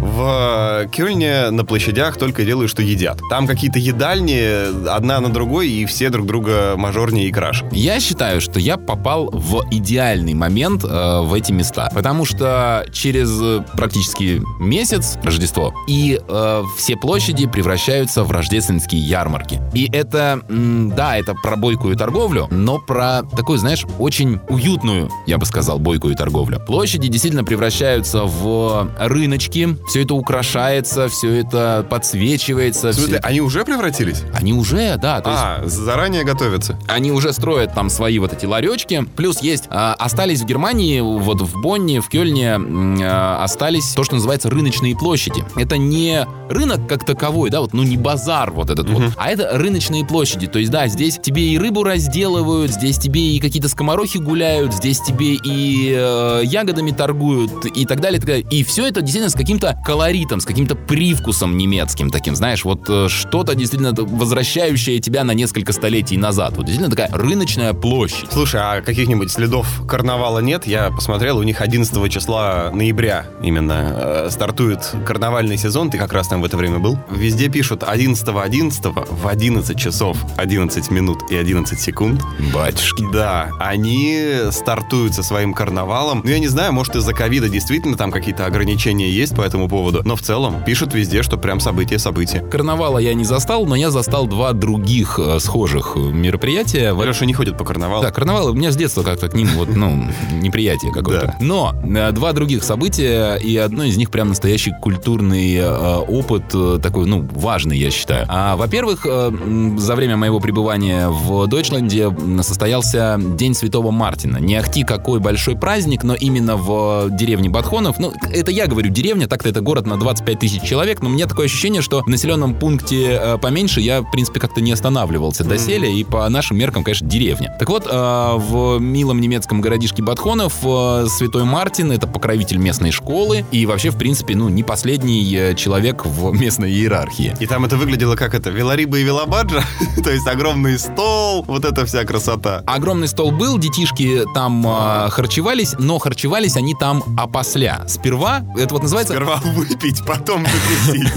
В Кёльне на площадях только делают, что едят. Там какие-то едальни, одна на другой, и все друг друга мажорнее и краше. Я считаю, что я попал в идеальный момент э, в эти места. Потому что через э, практически месяц, Рождество, и э, все площади превращаются в рождественские ярмарки. И это, м, да, это про бойкую торговлю, но про такую, знаешь, очень уютную, я бы сказал, бойкую торговлю. Площади действительно превращаются в рыночки, все это украшается, все это подсвечивается. В смысле, все... они уже превратились? Они уже, да. То а, есть... заранее готовятся. Они уже строят там свои вот эти ларечки. Плюс есть, э, остались в Германии, вот в Бонне, в Кёльне, э, остались то, что называется рыночные площади. Это не рынок как таковой, да, вот, ну не базар вот этот uh-huh. вот, а это рыночные площади. То есть, да, здесь тебе и рыбу разделывают, здесь тебе и какие-то скоморохи гуляют, здесь тебе и э, ягодами торгуют и так далее, и так далее. И все это действительно с каким-то колоритом, с каким-то привкусом немецким таким, знаешь, вот э, что-то действительно возвращающее тебя на несколько столетий назад. Вот действительно такая рыночная площадь. Слушай, а каких-нибудь следов карнавала нет? Я посмотрел, у них одиннадцатого числа ноября именно э, стартует карнавальный сезон, ты как раз там в это время был. Везде пишут одиннадцатого одиннадцатого в одиннадцать часов одиннадцать минут и одиннадцать секунд. Батюшки. Да, они стартуют со своим карнавалом. Ну, я не знаю, может, из-за ковида действительно там какие-то ограничения есть по этому поводу, но в целом пишут везде, что прям событие-событие. Карнавала я не застал, но я застал два других э, схожих мероприятия. Леша не ходит по карнавалу. Да, карнавал, у меня с детства как-то к ним вот, ну, неприятие какое-то. Да. Но э, два других события, и одно из них прям настоящий культурный э, опыт, э, такой, ну, важный, я считаю. А, во-первых, э, за время моего пребывания в Дойчланде состоялся День Святого Мартина. Не ахти какой большой праздник, но именно в деревне Батхонов. Ну, это я говорю деревня, так-то это город на двадцать пять тысяч человек, но у меня такое ощущение, что в населенном пункте э, поменьше я, в принципе, как-то не останавливался доселе, mm-hmm. и по нашим меркам, конечно, деревня. Так вот, э, в милом немецком городишке Батхонов э, Святой Мартин — это покровитель местной школы, и вообще, в принципе, ну, не последний э, человек в местной иерархии. И там это выглядело как это, велориба и велобаджа, то есть огромный стол, вот эта вся красота. Огромный стол был, детишки там э, харчевались, но харчевались они там опосля. Сперва, это вот называется... Сперва выпить, потом запретить.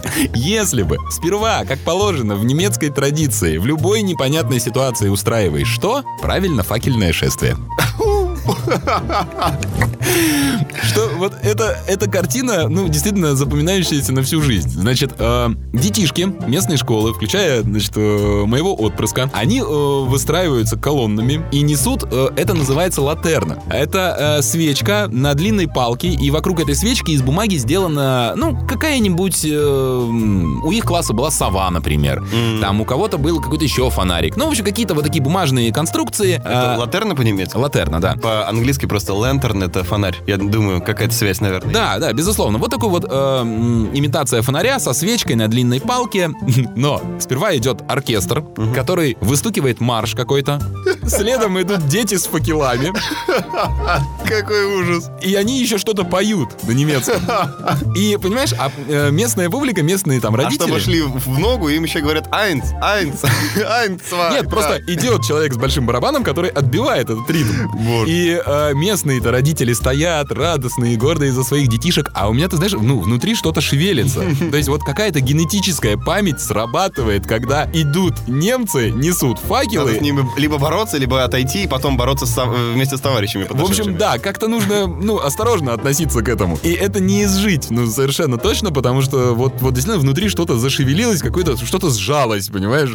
Если бы сперва, как положено в немецкой традиции, в любой непонятной ситуации устраиваешь что? Правильно, факельное шествие. Что вот это, эта картина, ну, действительно запоминающаяся на всю жизнь. Значит, э, детишки местной школы, включая, значит, э, моего отпрыска, они э, выстраиваются колоннами и несут, э, это называется латерна. Это э, свечка на длинной палке, и вокруг этой свечки из бумаги сделана, ну, какая-нибудь... Э, у их класса была сова, например. Mm. Там у кого-то был какой-то еще фонарик. Ну, в общем, какие-то вот такие бумажные конструкции. Это э, латерна по-немецки? Латерна, да. По-английски просто lantern — это фонарь. Я думаю, какая-то связь, наверное. Да, да, безусловно. Вот такой вот э, имитация фонаря со свечкой на длинной палке. Но сперва идет оркестр, угу. который выстукивает марш какой-то. Следом идут дети с факелами. Какой ужас. И они еще что-то поют на немецком. И, понимаешь, а э, местная публика, местные там родители... А чтобы шли в ногу, им еще говорят «Айнц, айнц, айнц, два». Нет, просто идет человек с большим барабаном, который отбивает этот ритм. Вот. И э, местные-то родители стоят радостные, гордые за своих детишек, а у меня, ты знаешь, ну, внутри что-то шевелится. То есть вот какая-то генетическая память срабатывает, когда идут немцы, несут факелы. Надо с ними либо бороться, либо отойти, и потом бороться с, вместе с товарищами. В общем, да, как-то нужно, ну, осторожно относиться к этому. И это не изжить, ну, совершенно точно, потому что вот, вот действительно внутри что-то зашевелилось, какое-то, что-то сжалось, понимаешь?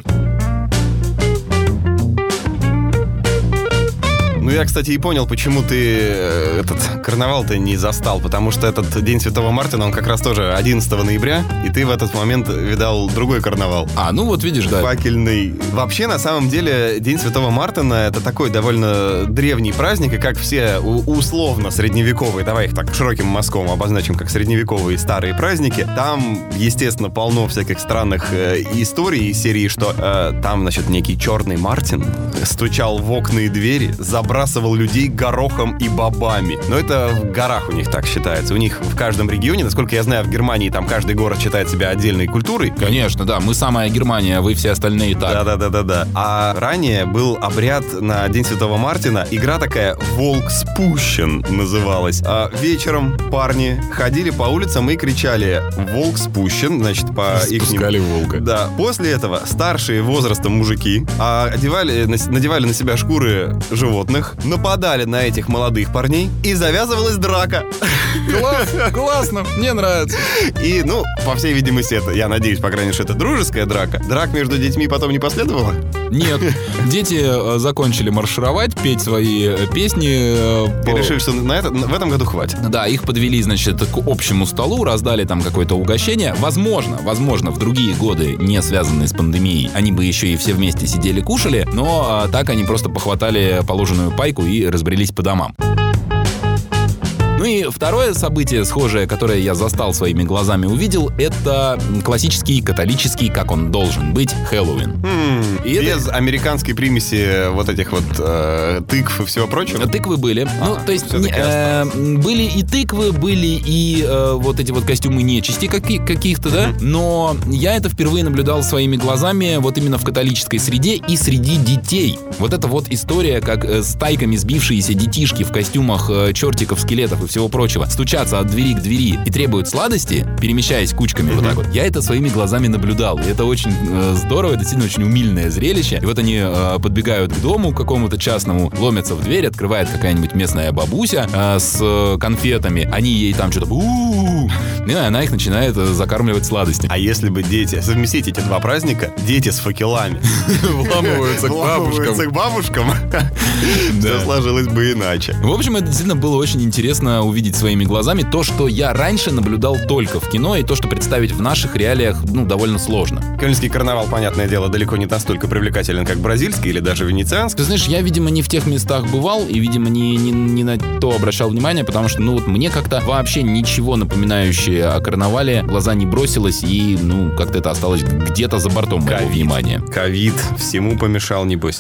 Ну, я, кстати, и понял, почему ты этот карнавал-то не застал, потому что этот День Святого Мартина, он как раз тоже одиннадцатого ноября, и ты в этот момент видал другой карнавал. А, ну вот видишь, да. Факельный. Вообще, на самом деле, День Святого Мартина — это такой довольно древний праздник, и как все условно средневековые, давай их так широким мазком обозначим, как средневековые старые праздники, там, естественно, полно всяких странных э, историй из серии, что э, там, значит, некий черный Мартин стучал в окна и двери, забрал забрасывал людей горохом и бобами. Но это в горах у них так считается. У них в каждом регионе, насколько я знаю, в Германии там каждый город считает себя отдельной культурой. Конечно, да. Мы самая Германия, вы все остальные так. Да-да-да-да-да. А ранее был обряд на День Святого Мартина. Игра такая «Волк спущен» называлась. А вечером парни ходили по улицам и кричали «Волк спущен», значит, по их... Спускали волка. Да. После этого старшие возрастом мужики а, одевали, надевали на себя шкуры животных, нападали на этих молодых парней, и завязывалась драка. Класс, классно, мне нравится. И, ну, по всей видимости, это, я надеюсь, по крайней мере, что это дружеская драка. Драк между детьми потом не последовало? Нет. Дети э, закончили маршировать, петь свои э, песни. Э, И по... решили, что на это, в этом году хватит. Да, их подвели, значит, к общему столу, раздали там какое-то угощение. Возможно, возможно, в другие годы, не связанные с пандемией, они бы еще и все вместе сидели, кушали, но э, так они просто похватали положенную пайку и разбрелись по домам. Ну и второе событие, схожее, которое я застал своими глазами, увидел, это классический католический, как он должен быть, Хэллоуин. М-м, И без это... американской примеси вот этих вот э, тыкв и всего прочего? Тыквы были. А, ну, то есть все-таки э, были и тыквы, были и э, вот эти вот костюмы нечисти каки- каких-то, да? Но я это впервые наблюдал своими глазами вот именно в католической среде и среди детей. Вот эта вот история, как э, стайками сбившиеся детишки в костюмах э, чертиков, скелетов и всего прочего стучатся от двери к двери и требуют сладости, перемещаясь кучками mm-hmm. вот так вот. Я это своими глазами наблюдал. И это очень э, здорово, это действительно очень умильное зрелище. И вот они э, подбегают к дому какому-то частному, ломятся в дверь, открывает какая-нибудь местная бабуся э, с э, конфетами. Они ей там что-то у-у-у, и она их начинает э, закармливать сладостями. А если бы дети, совместить эти два праздника, дети с факелами вламываются к бабушкам. к бабушкам, все сложилось бы иначе. В общем, это действительно было очень интересно увидеть своими глазами то, что я раньше наблюдал только в кино, и то, что представить в наших реалиях, ну, довольно сложно. Кёльнский карнавал, понятное дело, далеко не настолько привлекателен, как бразильский или даже венецианский. Ты знаешь, я, видимо, не в тех местах бывал и, видимо, не, не, не на то обращал внимание, потому что, ну, вот мне как-то вообще ничего напоминающее о карнавале в глаза не бросилось, и, ну, как-то это осталось где-то за бортом моего внимания. Ковид всему помешал, небось.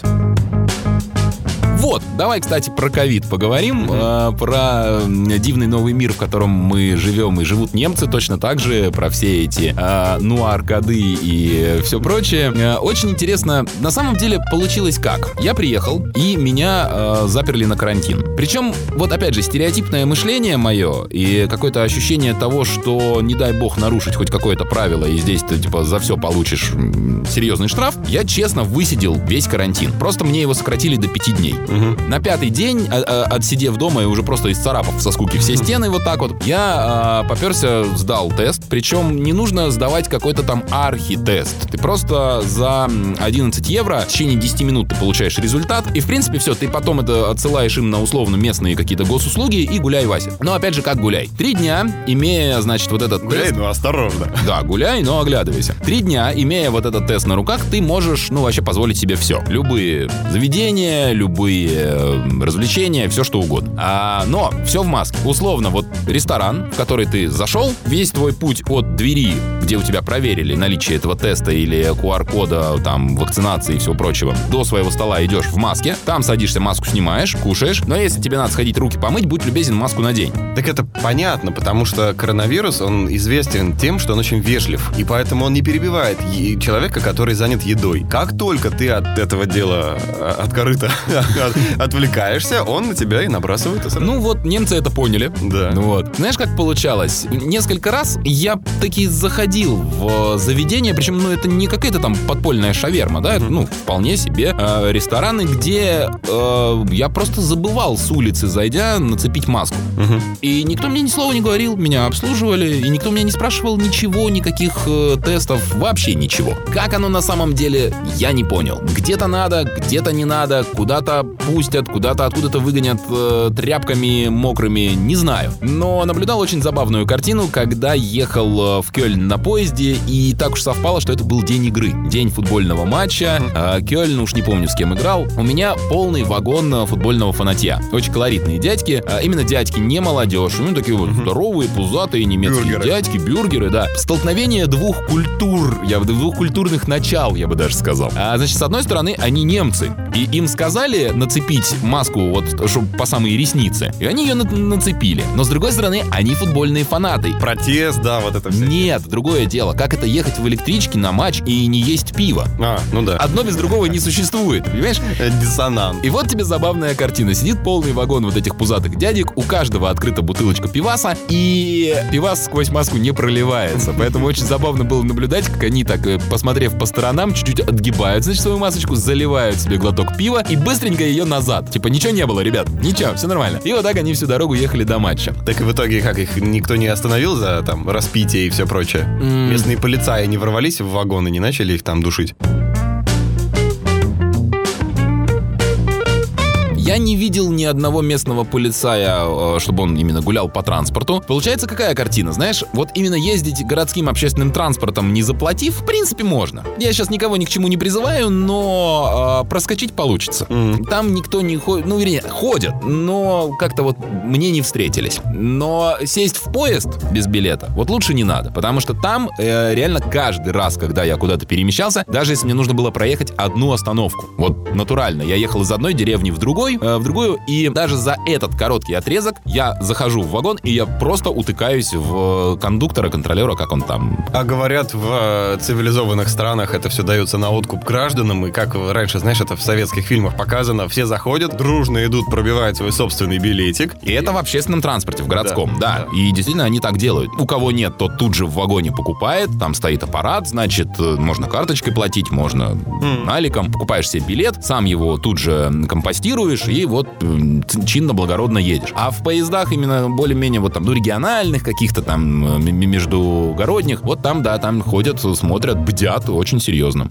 Вот, давай, кстати, про ковид поговорим, э, про э, дивный новый мир, в котором мы живем и живут немцы точно так же, про все эти э, нуар-коды и все прочее. Э, очень интересно, на самом деле получилось как? Я приехал, и меня э, заперли на карантин. Причем, вот опять же, стереотипное мышление мое и какое-то ощущение того, что, не дай бог, нарушить хоть какое-то правило, и здесь ты, типа, за все получишь серьезный штраф, я честно высидел весь карантин. Просто мне его сократили до пяти дней. Угу. На пятый день, а, а, отсидев дома и уже просто исцарапав со скуки все стены вот так вот, я а, поперся, сдал тест. Причем не нужно сдавать какой-то там архи-тест. Ты просто за одиннадцать евро в течение десяти минут ты получаешь результат. И в принципе все, ты потом это отсылаешь им на условно местные какие-то госуслуги и гуляй, Вася. Но опять же, как гуляй? Три дня, имея, значит, вот этот гуляй, тест... ну осторожно. Да, гуляй, но оглядывайся. Три дня, имея вот этот тест на руках, ты можешь, ну, вообще позволить себе все. Любые заведения, любые развлечения, все что угодно. А, но все в маске. Условно, вот ресторан, в который ты зашел, весь твой путь от двери, где у тебя проверили наличие этого теста или ку ар-кода, там, вакцинации и всего прочего, до своего стола идешь в маске, там садишься, маску снимаешь, кушаешь, но если тебе надо сходить руки помыть, будь любезен, маску надень. Так это понятно, потому что коронавирус, он известен тем, что он очень вежлив, и поэтому он не перебивает е- человека, который занят едой. Как только ты от этого дела, от корыта отвлекаешься, он на тебя и набрасывает. Ну вот, немцы это поняли. Да. Вот. Знаешь, как получалось? Несколько раз я таки заходил в заведение, причем, ну, это не какая-то там подпольная шаверма, да, это, ну, вполне себе э, рестораны, где э, я просто забывал с улицы, зайдя, нацепить маску. Угу. И никто мне ни слова не говорил, меня обслуживали, и никто меня не спрашивал ничего, никаких э, тестов, вообще ничего. Как оно на самом деле, я не понял. Где-то надо, где-то не надо, куда-то пустят, куда-то откуда-то выгонят э, тряпками мокрыми, не знаю. Но наблюдал очень забавную картину, когда ехал в Кёльн на поезде, и так уж совпало, что это был день игры, день футбольного матча. Э, Кёльн, уж не помню, с кем играл. У меня полный вагон футбольного фанатья. Очень колоритные дядьки, а именно дядьки, не молодежь. У меня такие вот здоровые, пузатые немецкие бюргеры. Дядьки, бюргеры, да. Столкновение двух культур, я бы двух культурных начал, я бы даже сказал. А, значит, с одной стороны, они немцы, и им сказали нацепить нацепить маску вот чтобы по самые ресницы. И они ее на- нацепили. Но с другой стороны, они футбольные фанаты. Протест, да, вот это все. Нет, другое дело. Как это ехать в электричке на матч и не есть пиво? А, ну да. Одно без другого не существует, понимаешь? Диссонанс. И вот тебе забавная картина. Сидит полный вагон вот этих пузатых дядек, у каждого открыта бутылочка пиваса, и пивас сквозь маску не проливается. Поэтому очень забавно было наблюдать, как они так, посмотрев по сторонам, чуть-чуть отгибают, значит, свою масочку, заливают себе глоток пива и быстренько ее назад. Типа, ничего не было, ребят, ничего, все нормально. И вот так они всю дорогу ехали до матча. Так и в итоге, как их никто не остановил за там распитие и все прочее? М. Местные полицаи не ворвались в вагон и не начали их там душить? Я не видел ни одного местного полицая, э, чтобы он именно гулял по транспорту. Получается, какая картина, знаешь? Вот именно ездить городским общественным транспортом, не заплатив, в принципе, можно. Я сейчас никого ни к чему не призываю, но э, проскочить получится. Mm. Там никто не ходит, ну, вернее, ходят, но как-то вот мне не встретились. Но сесть в поезд без билета вот лучше не надо, потому что там э, реально каждый раз, когда я куда-то перемещался, даже если мне нужно было проехать одну остановку, вот натурально, я ехал из одной деревни в другой, в другую, и даже за этот короткий отрезок я захожу в вагон, и я просто утыкаюсь в кондуктора, контролера, как он там. А говорят, в э, цивилизованных странах это все дается на откуп гражданам, и как раньше, знаешь, это в советских фильмах показано, все заходят, дружно идут, пробивают свой собственный билетик. И это в общественном транспорте, в городском, да, Да, да. И действительно они так делают. У кого нет, тот тут же в вагоне покупает, там стоит аппарат, значит, можно карточкой платить, можно Mm. наликом. Покупаешь себе билет, сам его тут же компостируешь, и вот чинно-благородно едешь. А в поездах именно более-менее вот там, ну, региональных каких-то там м- междугородних, вот там, да, там ходят, смотрят, бдят очень серьезно.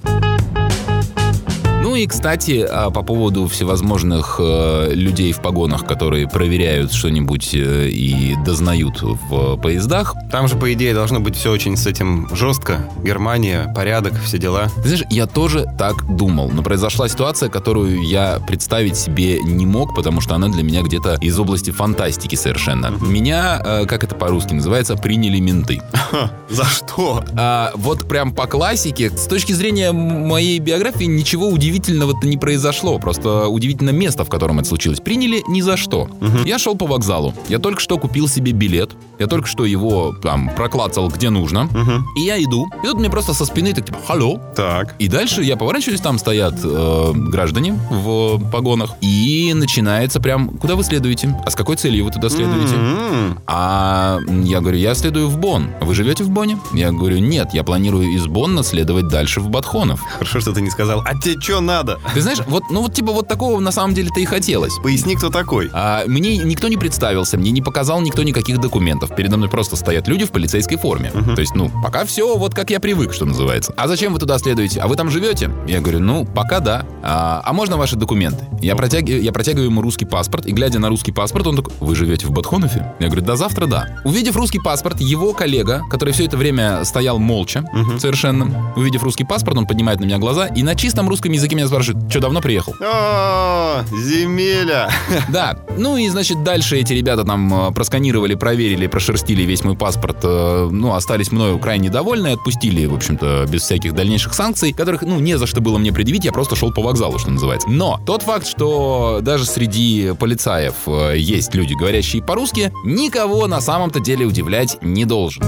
Ну и, кстати, по поводу всевозможных э, людей в погонах, которые проверяют что-нибудь э, и дознают в поездах. Там же, по идее, должно быть все очень с этим жестко. Германия, порядок, все дела. Ты знаешь, я тоже так думал, но произошла ситуация, которую я представить себе не мог, потому что она для меня где-то из области фантастики совершенно. Меня, э, как это по-русски называется, приняли менты. Ха, за что? А, вот прям по классике, с точки зрения моей биографии, ничего удивительного-то не произошло. Просто удивительно место, в котором это случилось. Приняли ни за что. Мгм. Я шел по вокзалу. Я только что купил себе билет. Я только что его там проклацал где нужно. Мгм. И я иду. И тут мне просто со спины так типа «Алло». Так. И дальше я поворачиваюсь, там стоят э, граждане в погонах. И начинается прям: куда вы следуете? А с какой целью вы туда следуете? М-м. А я говорю, я следую в Бонн. Вы живете в Бонне? Я говорю, нет, я планирую из Бонна следовать дальше в Батхонов. Хорошо, что ты не сказал. А тебе что надо? Ты знаешь, вот, ну вот типа вот такого на самом деле-то и хотелось. Поясни, кто такой. А, мне никто не представился, мне не показал никто никаких документов. Передо мной просто стоят люди в полицейской форме. Мгм. То есть, ну, пока все вот как я привык, что называется. А зачем вы туда следуете? А вы там живете? Я говорю, ну, пока да. А, а можно ваши документы? Я, протяг... я протягиваю ему русский паспорт, и глядя на русский паспорт, он такой: вы живете в Батхонове? Я говорю, до завтра да. Увидев русский паспорт, его коллега, который все это время стоял молча, Мгм. совершенно, увидев русский паспорт, он поднимает на меня глаза и на чистом русском языке меня спрашивает: что, давно приехал? О, земеля. Да, ну и, значит, дальше эти ребята там э, просканировали, проверили, прошерстили весь мой паспорт, э, ну, остались мною крайне довольны, отпустили, в общем-то, без всяких дальнейших санкций, которых, ну, не за что было мне предъявить, я просто шел по вокзалу, что называется. Но тот факт, что даже среди полицаев э, есть люди, говорящие по-русски, никого на самом-то деле удивлять не должен.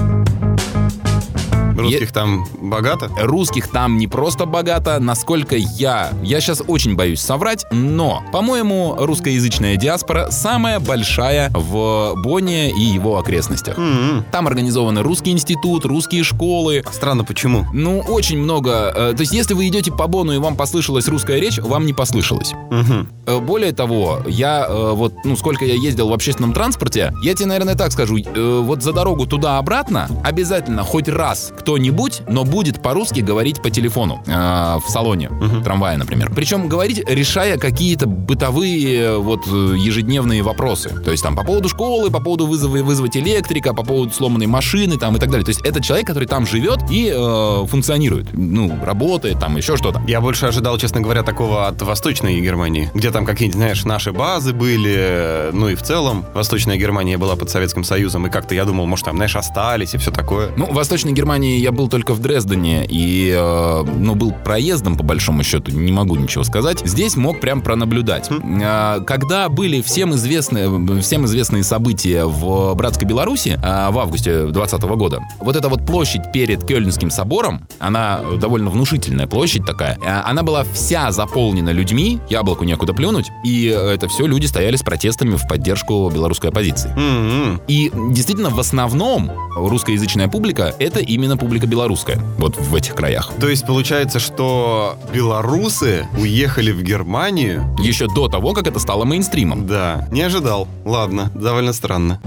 Русских там богато? Русских там не просто богато, насколько я... Я сейчас очень боюсь соврать, но, по-моему, русскоязычная диаспора самая большая в Бонне и его окрестностях. М-м. Там организованы русский институт, русские школы. А странно, почему? Ну, очень много... э, То есть, если вы идете по Бонну и вам послышалась русская речь, вам не послышалось. Мгм. Э, Более того, я э, вот, ну, сколько я ездил в общественном транспорте, я тебе, наверное, так скажу, э, вот за дорогу туда-обратно обязательно хоть раз кто-нибудь, но будет по-русски говорить по телефону э, в салоне Мгм. трамвая, например. Причем говорить, решая какие-то бытовые э, вот э, ежедневные вопросы. То есть там по поводу школы, по поводу вызова, вызвать электрика, по поводу сломанной машины там и так далее. То есть это человек, который там живет и э, функционирует. Ну, работает, там еще что-то. Я больше ожидал, честно говоря, такого от Восточной Германии, где там какие-нибудь, знаешь, наши базы были, ну и в целом Восточная Германия была под Советским Союзом, и как-то я думал, может, там, знаешь, остались и все такое. Ну, в Восточной Германии Германии я был только в Дрездене и, э, ну, был проездом, по большому счету, не могу ничего сказать. Здесь мог прям пронаблюдать. Э, когда были всем известные, всем известные события в братской Беларуси э, в августе двадцатого года, вот эта вот площадь перед Кёльнским собором, она довольно внушительная площадь такая, э, она была вся заполнена людьми, яблоку некуда плюнуть, и это все люди стояли с протестами в поддержку белорусской оппозиции. Mm-hmm. И действительно, в основном русскоязычная публика — это именно публика белорусская, вот в этих краях. То есть получается, что белорусы уехали в Германию еще до того, как это стало мейнстримом. Да, не ожидал. Ладно, довольно странно.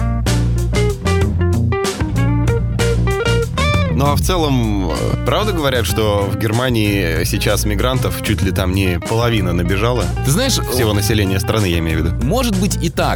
Ну а в целом, правда говорят, что в Германии сейчас мигрантов чуть ли там не половина набежала? Ты знаешь... Всего населения страны, я имею в виду. Может быть и так,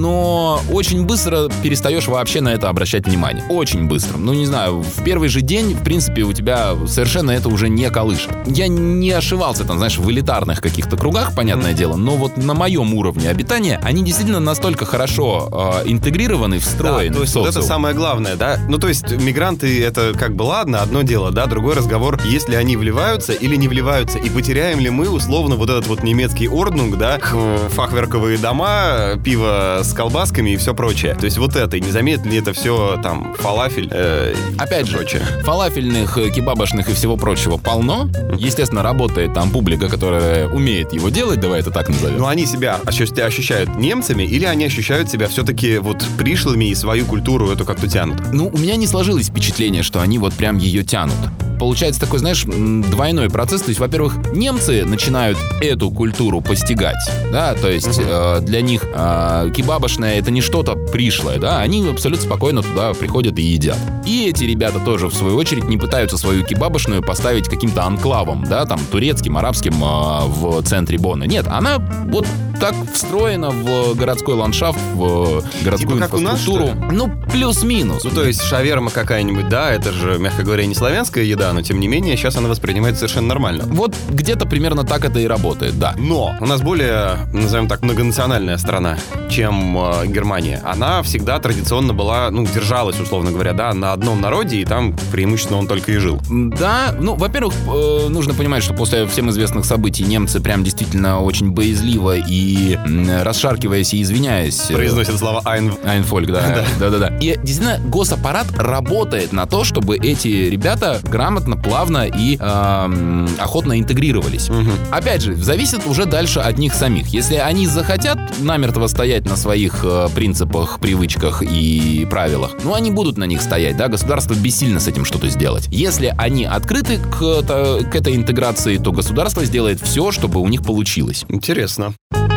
но очень быстро перестаешь вообще на это обращать внимание. Очень быстро. Ну, не знаю, в первый же день, в принципе, у тебя совершенно это уже не колышет. Я не ошибался там, знаешь, в элитарных каких-то кругах, понятное mm. дело, но вот на моем уровне обитания они действительно настолько хорошо э, интегрированы, встроены. Да, то есть вот это самое главное, да? Ну, то есть мигранты — это как бы ладно, одно дело, да, другой разговор, если они вливаются или не вливаются, и потеряем ли мы условно вот этот вот немецкий орднунг, да, фахверковые дома, пиво с колбасками и все прочее. То есть вот это, и не заметит ли это все там фалафель, э, опять же, прочее. Фалафельных, кебабошных и всего прочего полно. Естественно, работает там публика, которая умеет его делать, давай это так назовем. Но они себя ощущают немцами, или они ощущают себя все-таки вот пришлыми и свою культуру эту как-то тянут? Ну, у меня не сложилось впечатление, что они вот прям ее тянут. Получается такой, знаешь, двойной процесс. То есть, во-первых, немцы начинают эту культуру постигать, да, то есть uh-huh. э, для них э, кебабошное — это не что-то пришлое, да, они абсолютно спокойно туда приходят и едят. И эти ребята тоже, в свою очередь, не пытаются свою кебабошную поставить каким-то анклавом, да, там, турецким, арабским э, в центре Бонна. Нет, она вот так встроена в городской ландшафт, в городскую типа инфраструктуру. Как у нас, ну, плюс-минус. Ну, то есть шаверма какая-нибудь, да, это же, мягко говоря, не славянская еда, но тем не менее сейчас она воспринимается совершенно нормально. Вот где-то примерно так это и работает, да. Но у нас более, назовем так, многонациональная страна, чем э, Германия. Она всегда традиционно была, ну, держалась, условно говоря, да, на одном народе, и там преимущественно он только и жил. Да, ну, во-первых, э, нужно понимать, что после всем известных событий немцы прям действительно очень боязливо и э, расшаркиваясь и извиняясь... произносят слова «Ein... Einvolk», да. Да-да-да. И действительно госаппарат работает на то, чтобы эти ребята грамотно, плавно и э, охотно интегрировались. Угу. Опять же, зависит уже дальше от них самих. Если они захотят намертво стоять на своих э, принципах, привычках и правилах, ну, они будут на них стоять, да, государство бессильно с этим что-то сделать. Если они открыты к, то, к этой интеграции, то государство сделает все, чтобы у них получилось. Интересно.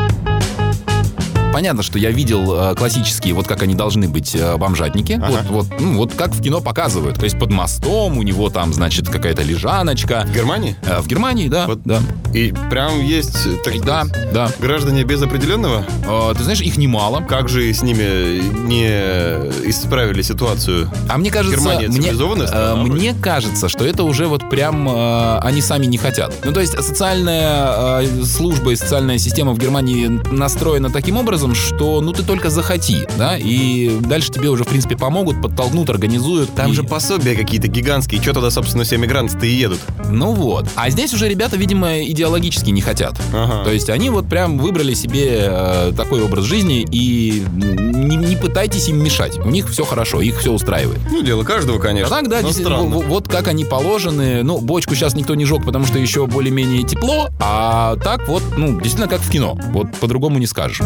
Понятно, что я видел э, классические, вот как они должны быть, э, бомжатники. Ага. Вот, вот, ну, вот как в кино показывают. То есть под мостом у него там, значит, какая-то лежаночка. В Германии? Э, в Германии, да, вот. да. И прям есть, так да, да. граждане без определенного? Э, ты знаешь, их немало. Как же с ними не исправили ситуацию? А мне кажется, Германия цивилизованная мне, страна, э, мне кажется, что это уже вот прям э, они сами не хотят. Ну, то есть социальная э, служба и социальная система в Германии настроена таким образом, что, ну, ты только захоти, да, и дальше тебе уже, в принципе, помогут, подтолкнут, организуют. Там и... же пособия какие-то гигантские, что тогда, собственно, все мигранты-то и едут? Ну вот. А здесь уже ребята, видимо, идеологически не хотят. Ага. То есть они вот прям выбрали себе э, такой образ жизни, и не, не пытайтесь им мешать. У них все хорошо, их все устраивает. Ну, дело каждого, конечно. А так, да, действительно, вот, вот как они положены. Ну, бочку сейчас никто не жег, потому что еще более-менее тепло, а так вот, ну, действительно, как в кино. Вот по-другому не скажешь.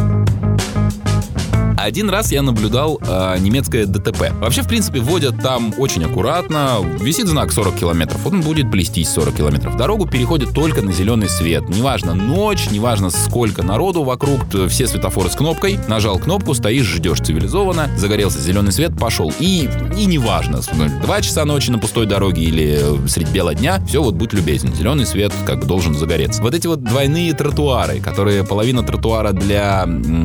Один раз я наблюдал э, немецкое ДТП. Вообще, в принципе, водят там очень аккуратно. Висит знак сорок километров. Вот он будет плестись сорок километров. Дорогу переходит только на зеленый свет. Неважно ночь, неважно сколько народу вокруг. Все светофоры с кнопкой. Нажал кнопку, стоишь, ждешь цивилизованно. Загорелся зеленый свет, пошел. И, и неважно, два часа ночи на пустой дороге или средь бела дня. Все, вот будь любезен. Зеленый свет как бы должен загореться. Вот эти вот двойные тротуары, которые половина тротуара для м-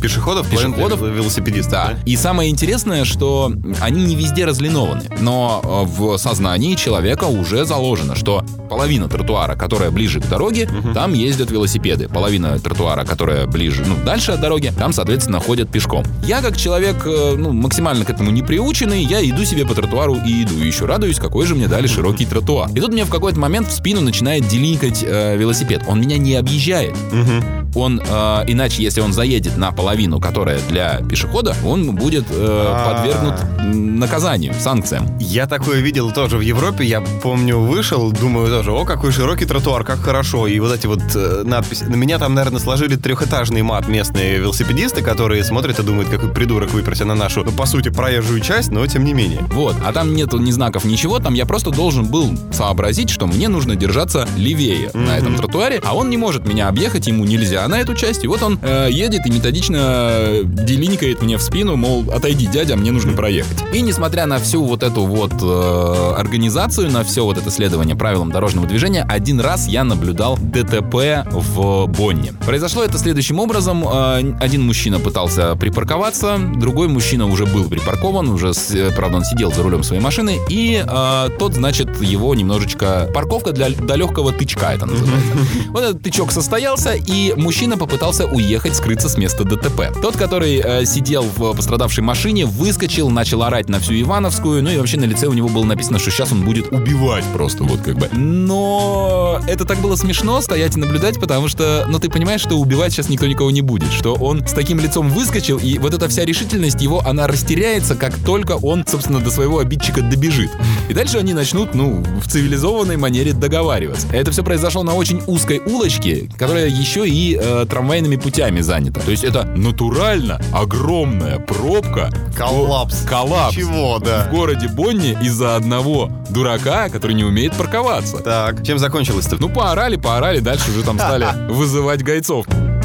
пешеходов, пешеходов, велосипедистов. Да. да. И самое интересное, что они не везде разлинованы. Но в сознании человека уже заложено, что половина тротуара, которая ближе к дороге, угу. там ездят велосипеды. Половина тротуара, которая ближе, ну, дальше от дороги, там, соответственно, ходят пешком. Я, как человек, ну, максимально к этому не приученный, я иду себе по тротуару и иду. И еще радуюсь, какой же мне дали широкий тротуар. И тут мне в какой-то момент в спину начинает делинкать э, велосипед. Он меня не объезжает. Угу. Он, э, иначе, если он заедет на половину, которая для пешехода, он будет э, подвергнут наказанию, санкциям. Я такое видел тоже в Европе. Я помню, вышел, думаю тоже, о, какой широкий тротуар, как хорошо. И вот эти вот э, надписи. На меня там, наверное, сложили трехэтажный мат местные велосипедисты, которые смотрят и думают, какой придурок выперся на нашу, ну, по сути, проезжую часть, но тем не менее. Вот, а там нету ни знаков, ничего, там я просто должен был сообразить, что мне нужно держаться левее mm-hmm. на этом тротуаре, а он не может меня объехать, ему нельзя на эту часть, и вот он э, едет и методично делинкает мне в спину, мол, отойди, дядя, мне нужно проехать. И несмотря на всю вот эту вот э, организацию, на все вот это следование правилам дорожного движения, один раз я наблюдал ДТП в Бонне. Произошло это следующим образом. Э, один мужчина пытался припарковаться, другой мужчина уже был припаркован, уже, правда, он сидел за рулем своей машины, и э, тот, значит, его немножечко... Парковка для, для легкого тычка, это называется. Вот этот тычок состоялся, и мужчина попытался уехать, скрыться с места ДТП. Тот, который э, сидел в пострадавшей машине, выскочил, начал орать на всю Ивановскую, ну и вообще на лице у него было написано, что сейчас он будет убивать просто, вот как бы. Но это так было смешно стоять и наблюдать, потому что, ну ты понимаешь, что убивать сейчас никто никого не будет, что он с таким лицом выскочил, и вот эта вся решительность его, она растеряется, как только он, собственно, до своего обидчика добежит. И дальше они начнут, ну, в цивилизованной манере договариваться. Это все произошло на очень узкой улочке, которая еще и э, трамвайными путями занята. То есть это натурально огромная пробка. Коллапс. Коллапс. Чего, да. В городе Бонне из-за одного дурака, который не умеет парковаться. Так, чем закончилось-то? Ну, поорали, поорали, дальше уже там стали вызывать гайцов.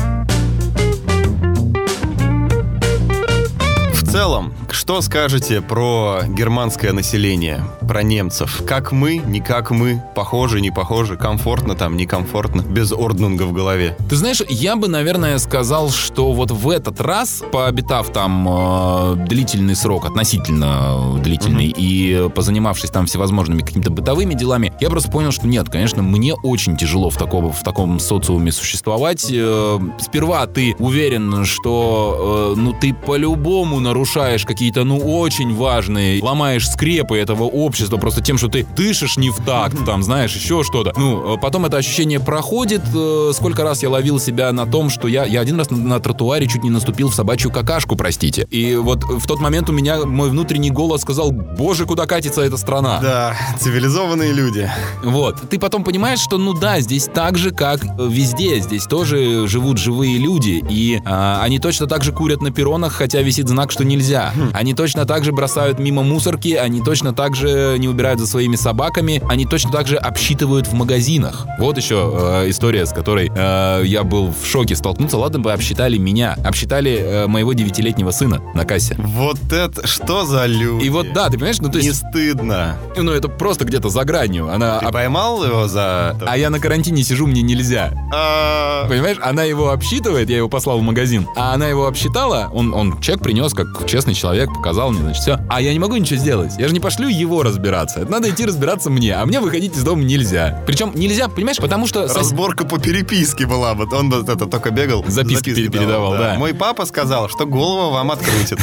В целом, что скажете про германское население, про немцев? Как мы, не как мы, похожи, не похожи, комфортно там, некомфортно, без орднунга в голове? Ты знаешь, я бы, наверное, сказал, что вот в этот раз, пообитав там э, длительный срок, относительно длительный, mm-hmm. и позанимавшись там всевозможными какими-то бытовыми делами, я просто понял, что нет, конечно, мне очень тяжело в таком, в таком социуме существовать. Э, сперва ты уверен, что э, ну ты по-любому нарушаешь какие-то, ну, очень важные, ломаешь скрепы этого общества просто тем, что ты дышишь не в такт, там, знаешь, еще что-то. Ну, потом это ощущение проходит. Сколько раз я ловил себя на том, что я, я один раз на, на тротуаре чуть не наступил в собачью какашку, простите. И вот в тот момент у меня мой внутренний голос сказал: боже, куда катится эта страна. Да, цивилизованные люди. Вот. Ты потом понимаешь, что, ну да, здесь так же, как везде. Здесь тоже живут живые люди. И а, они точно так же курят на перронах, хотя висит знак, что нельзя. Они точно так же бросают мимо мусорки, они точно так же не убирают за своими собаками, они точно так же обсчитывают в магазинах. Вот еще э, история, с которой э, я был в шоке столкнуться. Ладно бы обсчитали меня, обсчитали э, моего девятилетнего сына на кассе. Вот это что за люди? И вот да, ты понимаешь, ну то есть... Не стыдно. Ну это просто где-то за гранью. Она Ты об... поймал его за... А я на карантине сижу, мне нельзя. А... Понимаешь, она его обсчитывает, я его послал в магазин, а она его обсчитала, он, он чек принес, как честный человек, показал мне, значит, все. А я не могу ничего сделать. Я же не пошлю его разбираться. Это надо идти разбираться мне, а мне выходить из дома нельзя. Причем нельзя, понимаешь, потому что... Разборка по переписке была. Вот он вот это только бегал. Записки, записки передавал, да. да. Мой папа сказал, что голову вам открутит.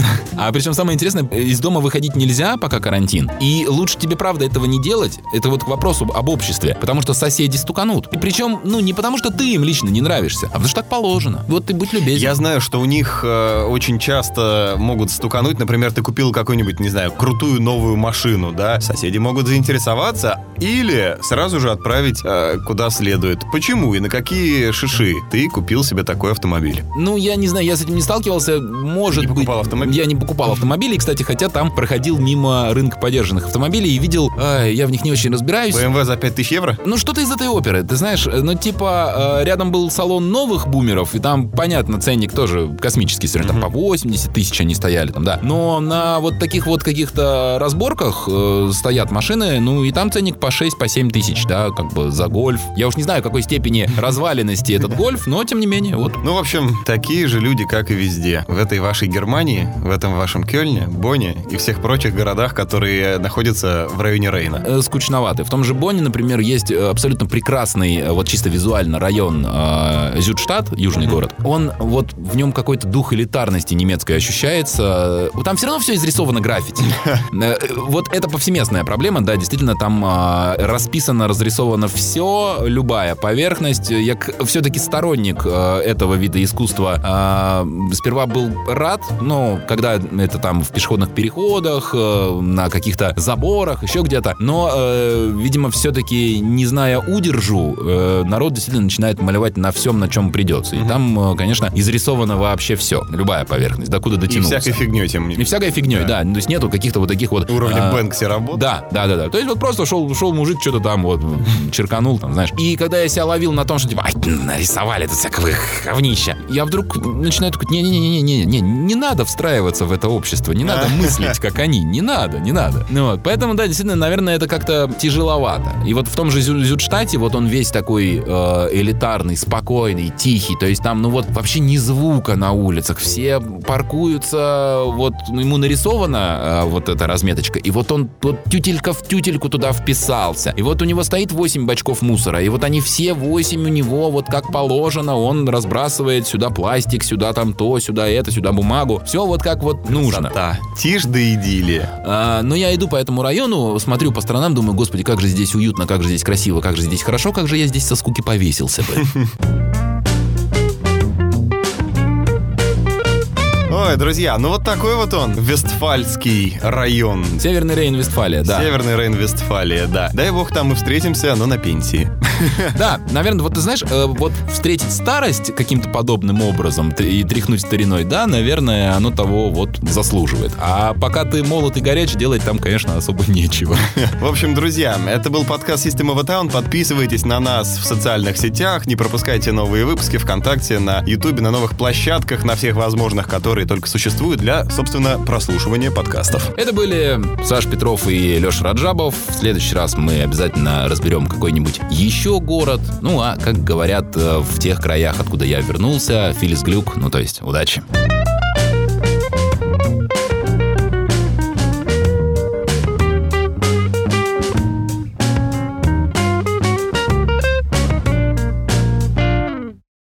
А причем самое интересное, из дома выходить нельзя, пока карантин. И лучше тебе, правда, этого не делать. Это вот к вопросу об обществе. Потому что соседи стуканут. И причем, ну, не потому что ты им лично не нравишься, а потому что так положено. Вот ты будь любезен. Я знаю, что у них э, очень часто могут стукануть. Например, ты купил какую-нибудь, не знаю, крутую новую машину, да? Соседи могут заинтересоваться или сразу же отправить э, куда следует. Почему и на какие шиши ты купил себе такой автомобиль? Ну, я не знаю, я с этим не сталкивался. Может ты не быть... покупал автомобиль? Я не покупал покупал автомобили, и, кстати, хотя там проходил мимо рынка подержанных автомобилей и видел, э, я в них не очень разбираюсь. бэ эм вэ за пять тысяч евро? Ну, что-то из этой оперы, ты знаешь, ну, типа, э, рядом был салон новых бумеров, и там, понятно, ценник тоже космический, все равно, mm-hmm. там по восемьдесят тысяч они стояли, там, да. Но на вот таких вот каких-то разборках э, стоят машины, ну, и там ценник по шесть, по семь тысяч, да, как бы за гольф. Я уж не знаю, какой степени разваленности этот гольф, но, тем не менее, вот. Ну, в общем, такие же люди, как и везде. В этой вашей Германии, в этом вашем Кёльне, Бонне и всех прочих городах, которые находятся в районе Рейна. Э, скучноваты. В том же Бонне, например, есть абсолютно прекрасный, вот чисто визуально, район э, Зюдштадт, южный mm-hmm. город. Он, вот в нем какой-то дух элитарности немецкой ощущается. Там все равно все изрисовано граффити. Вот это повсеместная проблема, да, действительно, там расписано, разрисовано все, любая поверхность. Я все-таки сторонник этого вида искусства. Сперва был рад, но когда это там в пешеходных переходах, на каких-то заборах, еще где-то. Но, видимо, все-таки, не зная удержу, народ действительно начинает малевать на всем, на чем придется. И там, конечно, изрисовано вообще все. Любая поверхность, докуда дотянуться. И всякой фигней тем. И всякой фигней, да. да. То есть нету каких-то вот таких вот... Уровня а, Бэнкси работы. Да, да, да, да. То есть вот просто шел, шел мужик, что-то там вот черканул, там, знаешь. И когда я себя ловил на том, что типа, ай, нарисовали это всякого говнища, я вдруг начинаю такой, не-не-не-не-не, не надо встраиваться в это общество, не надо мыслить, как они, не надо, не надо. Ну вот, поэтому, да, действительно, наверное, это как-то тяжеловато. И вот в том же Зюдштадте, вот он весь такой э, элитарный, спокойный, тихий, то есть там, ну вот, вообще ни звука на улицах, все паркуются, вот, ему нарисована э, вот эта разметочка, и вот он вот тютелька в тютельку туда вписался, и вот у него стоит восемь бачков мусора, и вот они все восемь у него, вот как положено, он разбрасывает сюда пластик, сюда там то, сюда это, сюда бумагу, все вот как вот нужно. Да, тишь да идиллия. А, но я иду по этому району, смотрю по сторонам, думаю, господи, как же здесь уютно, как же здесь красиво, как же здесь хорошо, как же я здесь со скуки повесился бы. Ой, друзья, ну вот такой вот он, Вестфальский район. Северный Рейн-Вестфалия, да. Северный Рейн-Вестфалия, да. Дай бог, там мы встретимся, но на пенсии. Да, наверное, вот ты знаешь, вот встретить старость каким-то подобным образом и тряхнуть стариной, да, наверное, оно того вот заслуживает. А пока ты молод и горяч, делать там, конечно, особо нечего. В общем, друзья, это был подкаст System of a Town. Подписывайтесь на нас в социальных сетях, не пропускайте новые выпуски ВКонтакте, на Ютубе, на новых площадках, на всех возможных, которые только существуют для, собственно, прослушивания подкастов. Это были Саш Петров и Леша Раджабов. В следующий раз мы обязательно разберем какой-нибудь еще город. Ну, а, как говорят в тех краях, откуда я вернулся, Филис Глюк. Ну, то есть, удачи.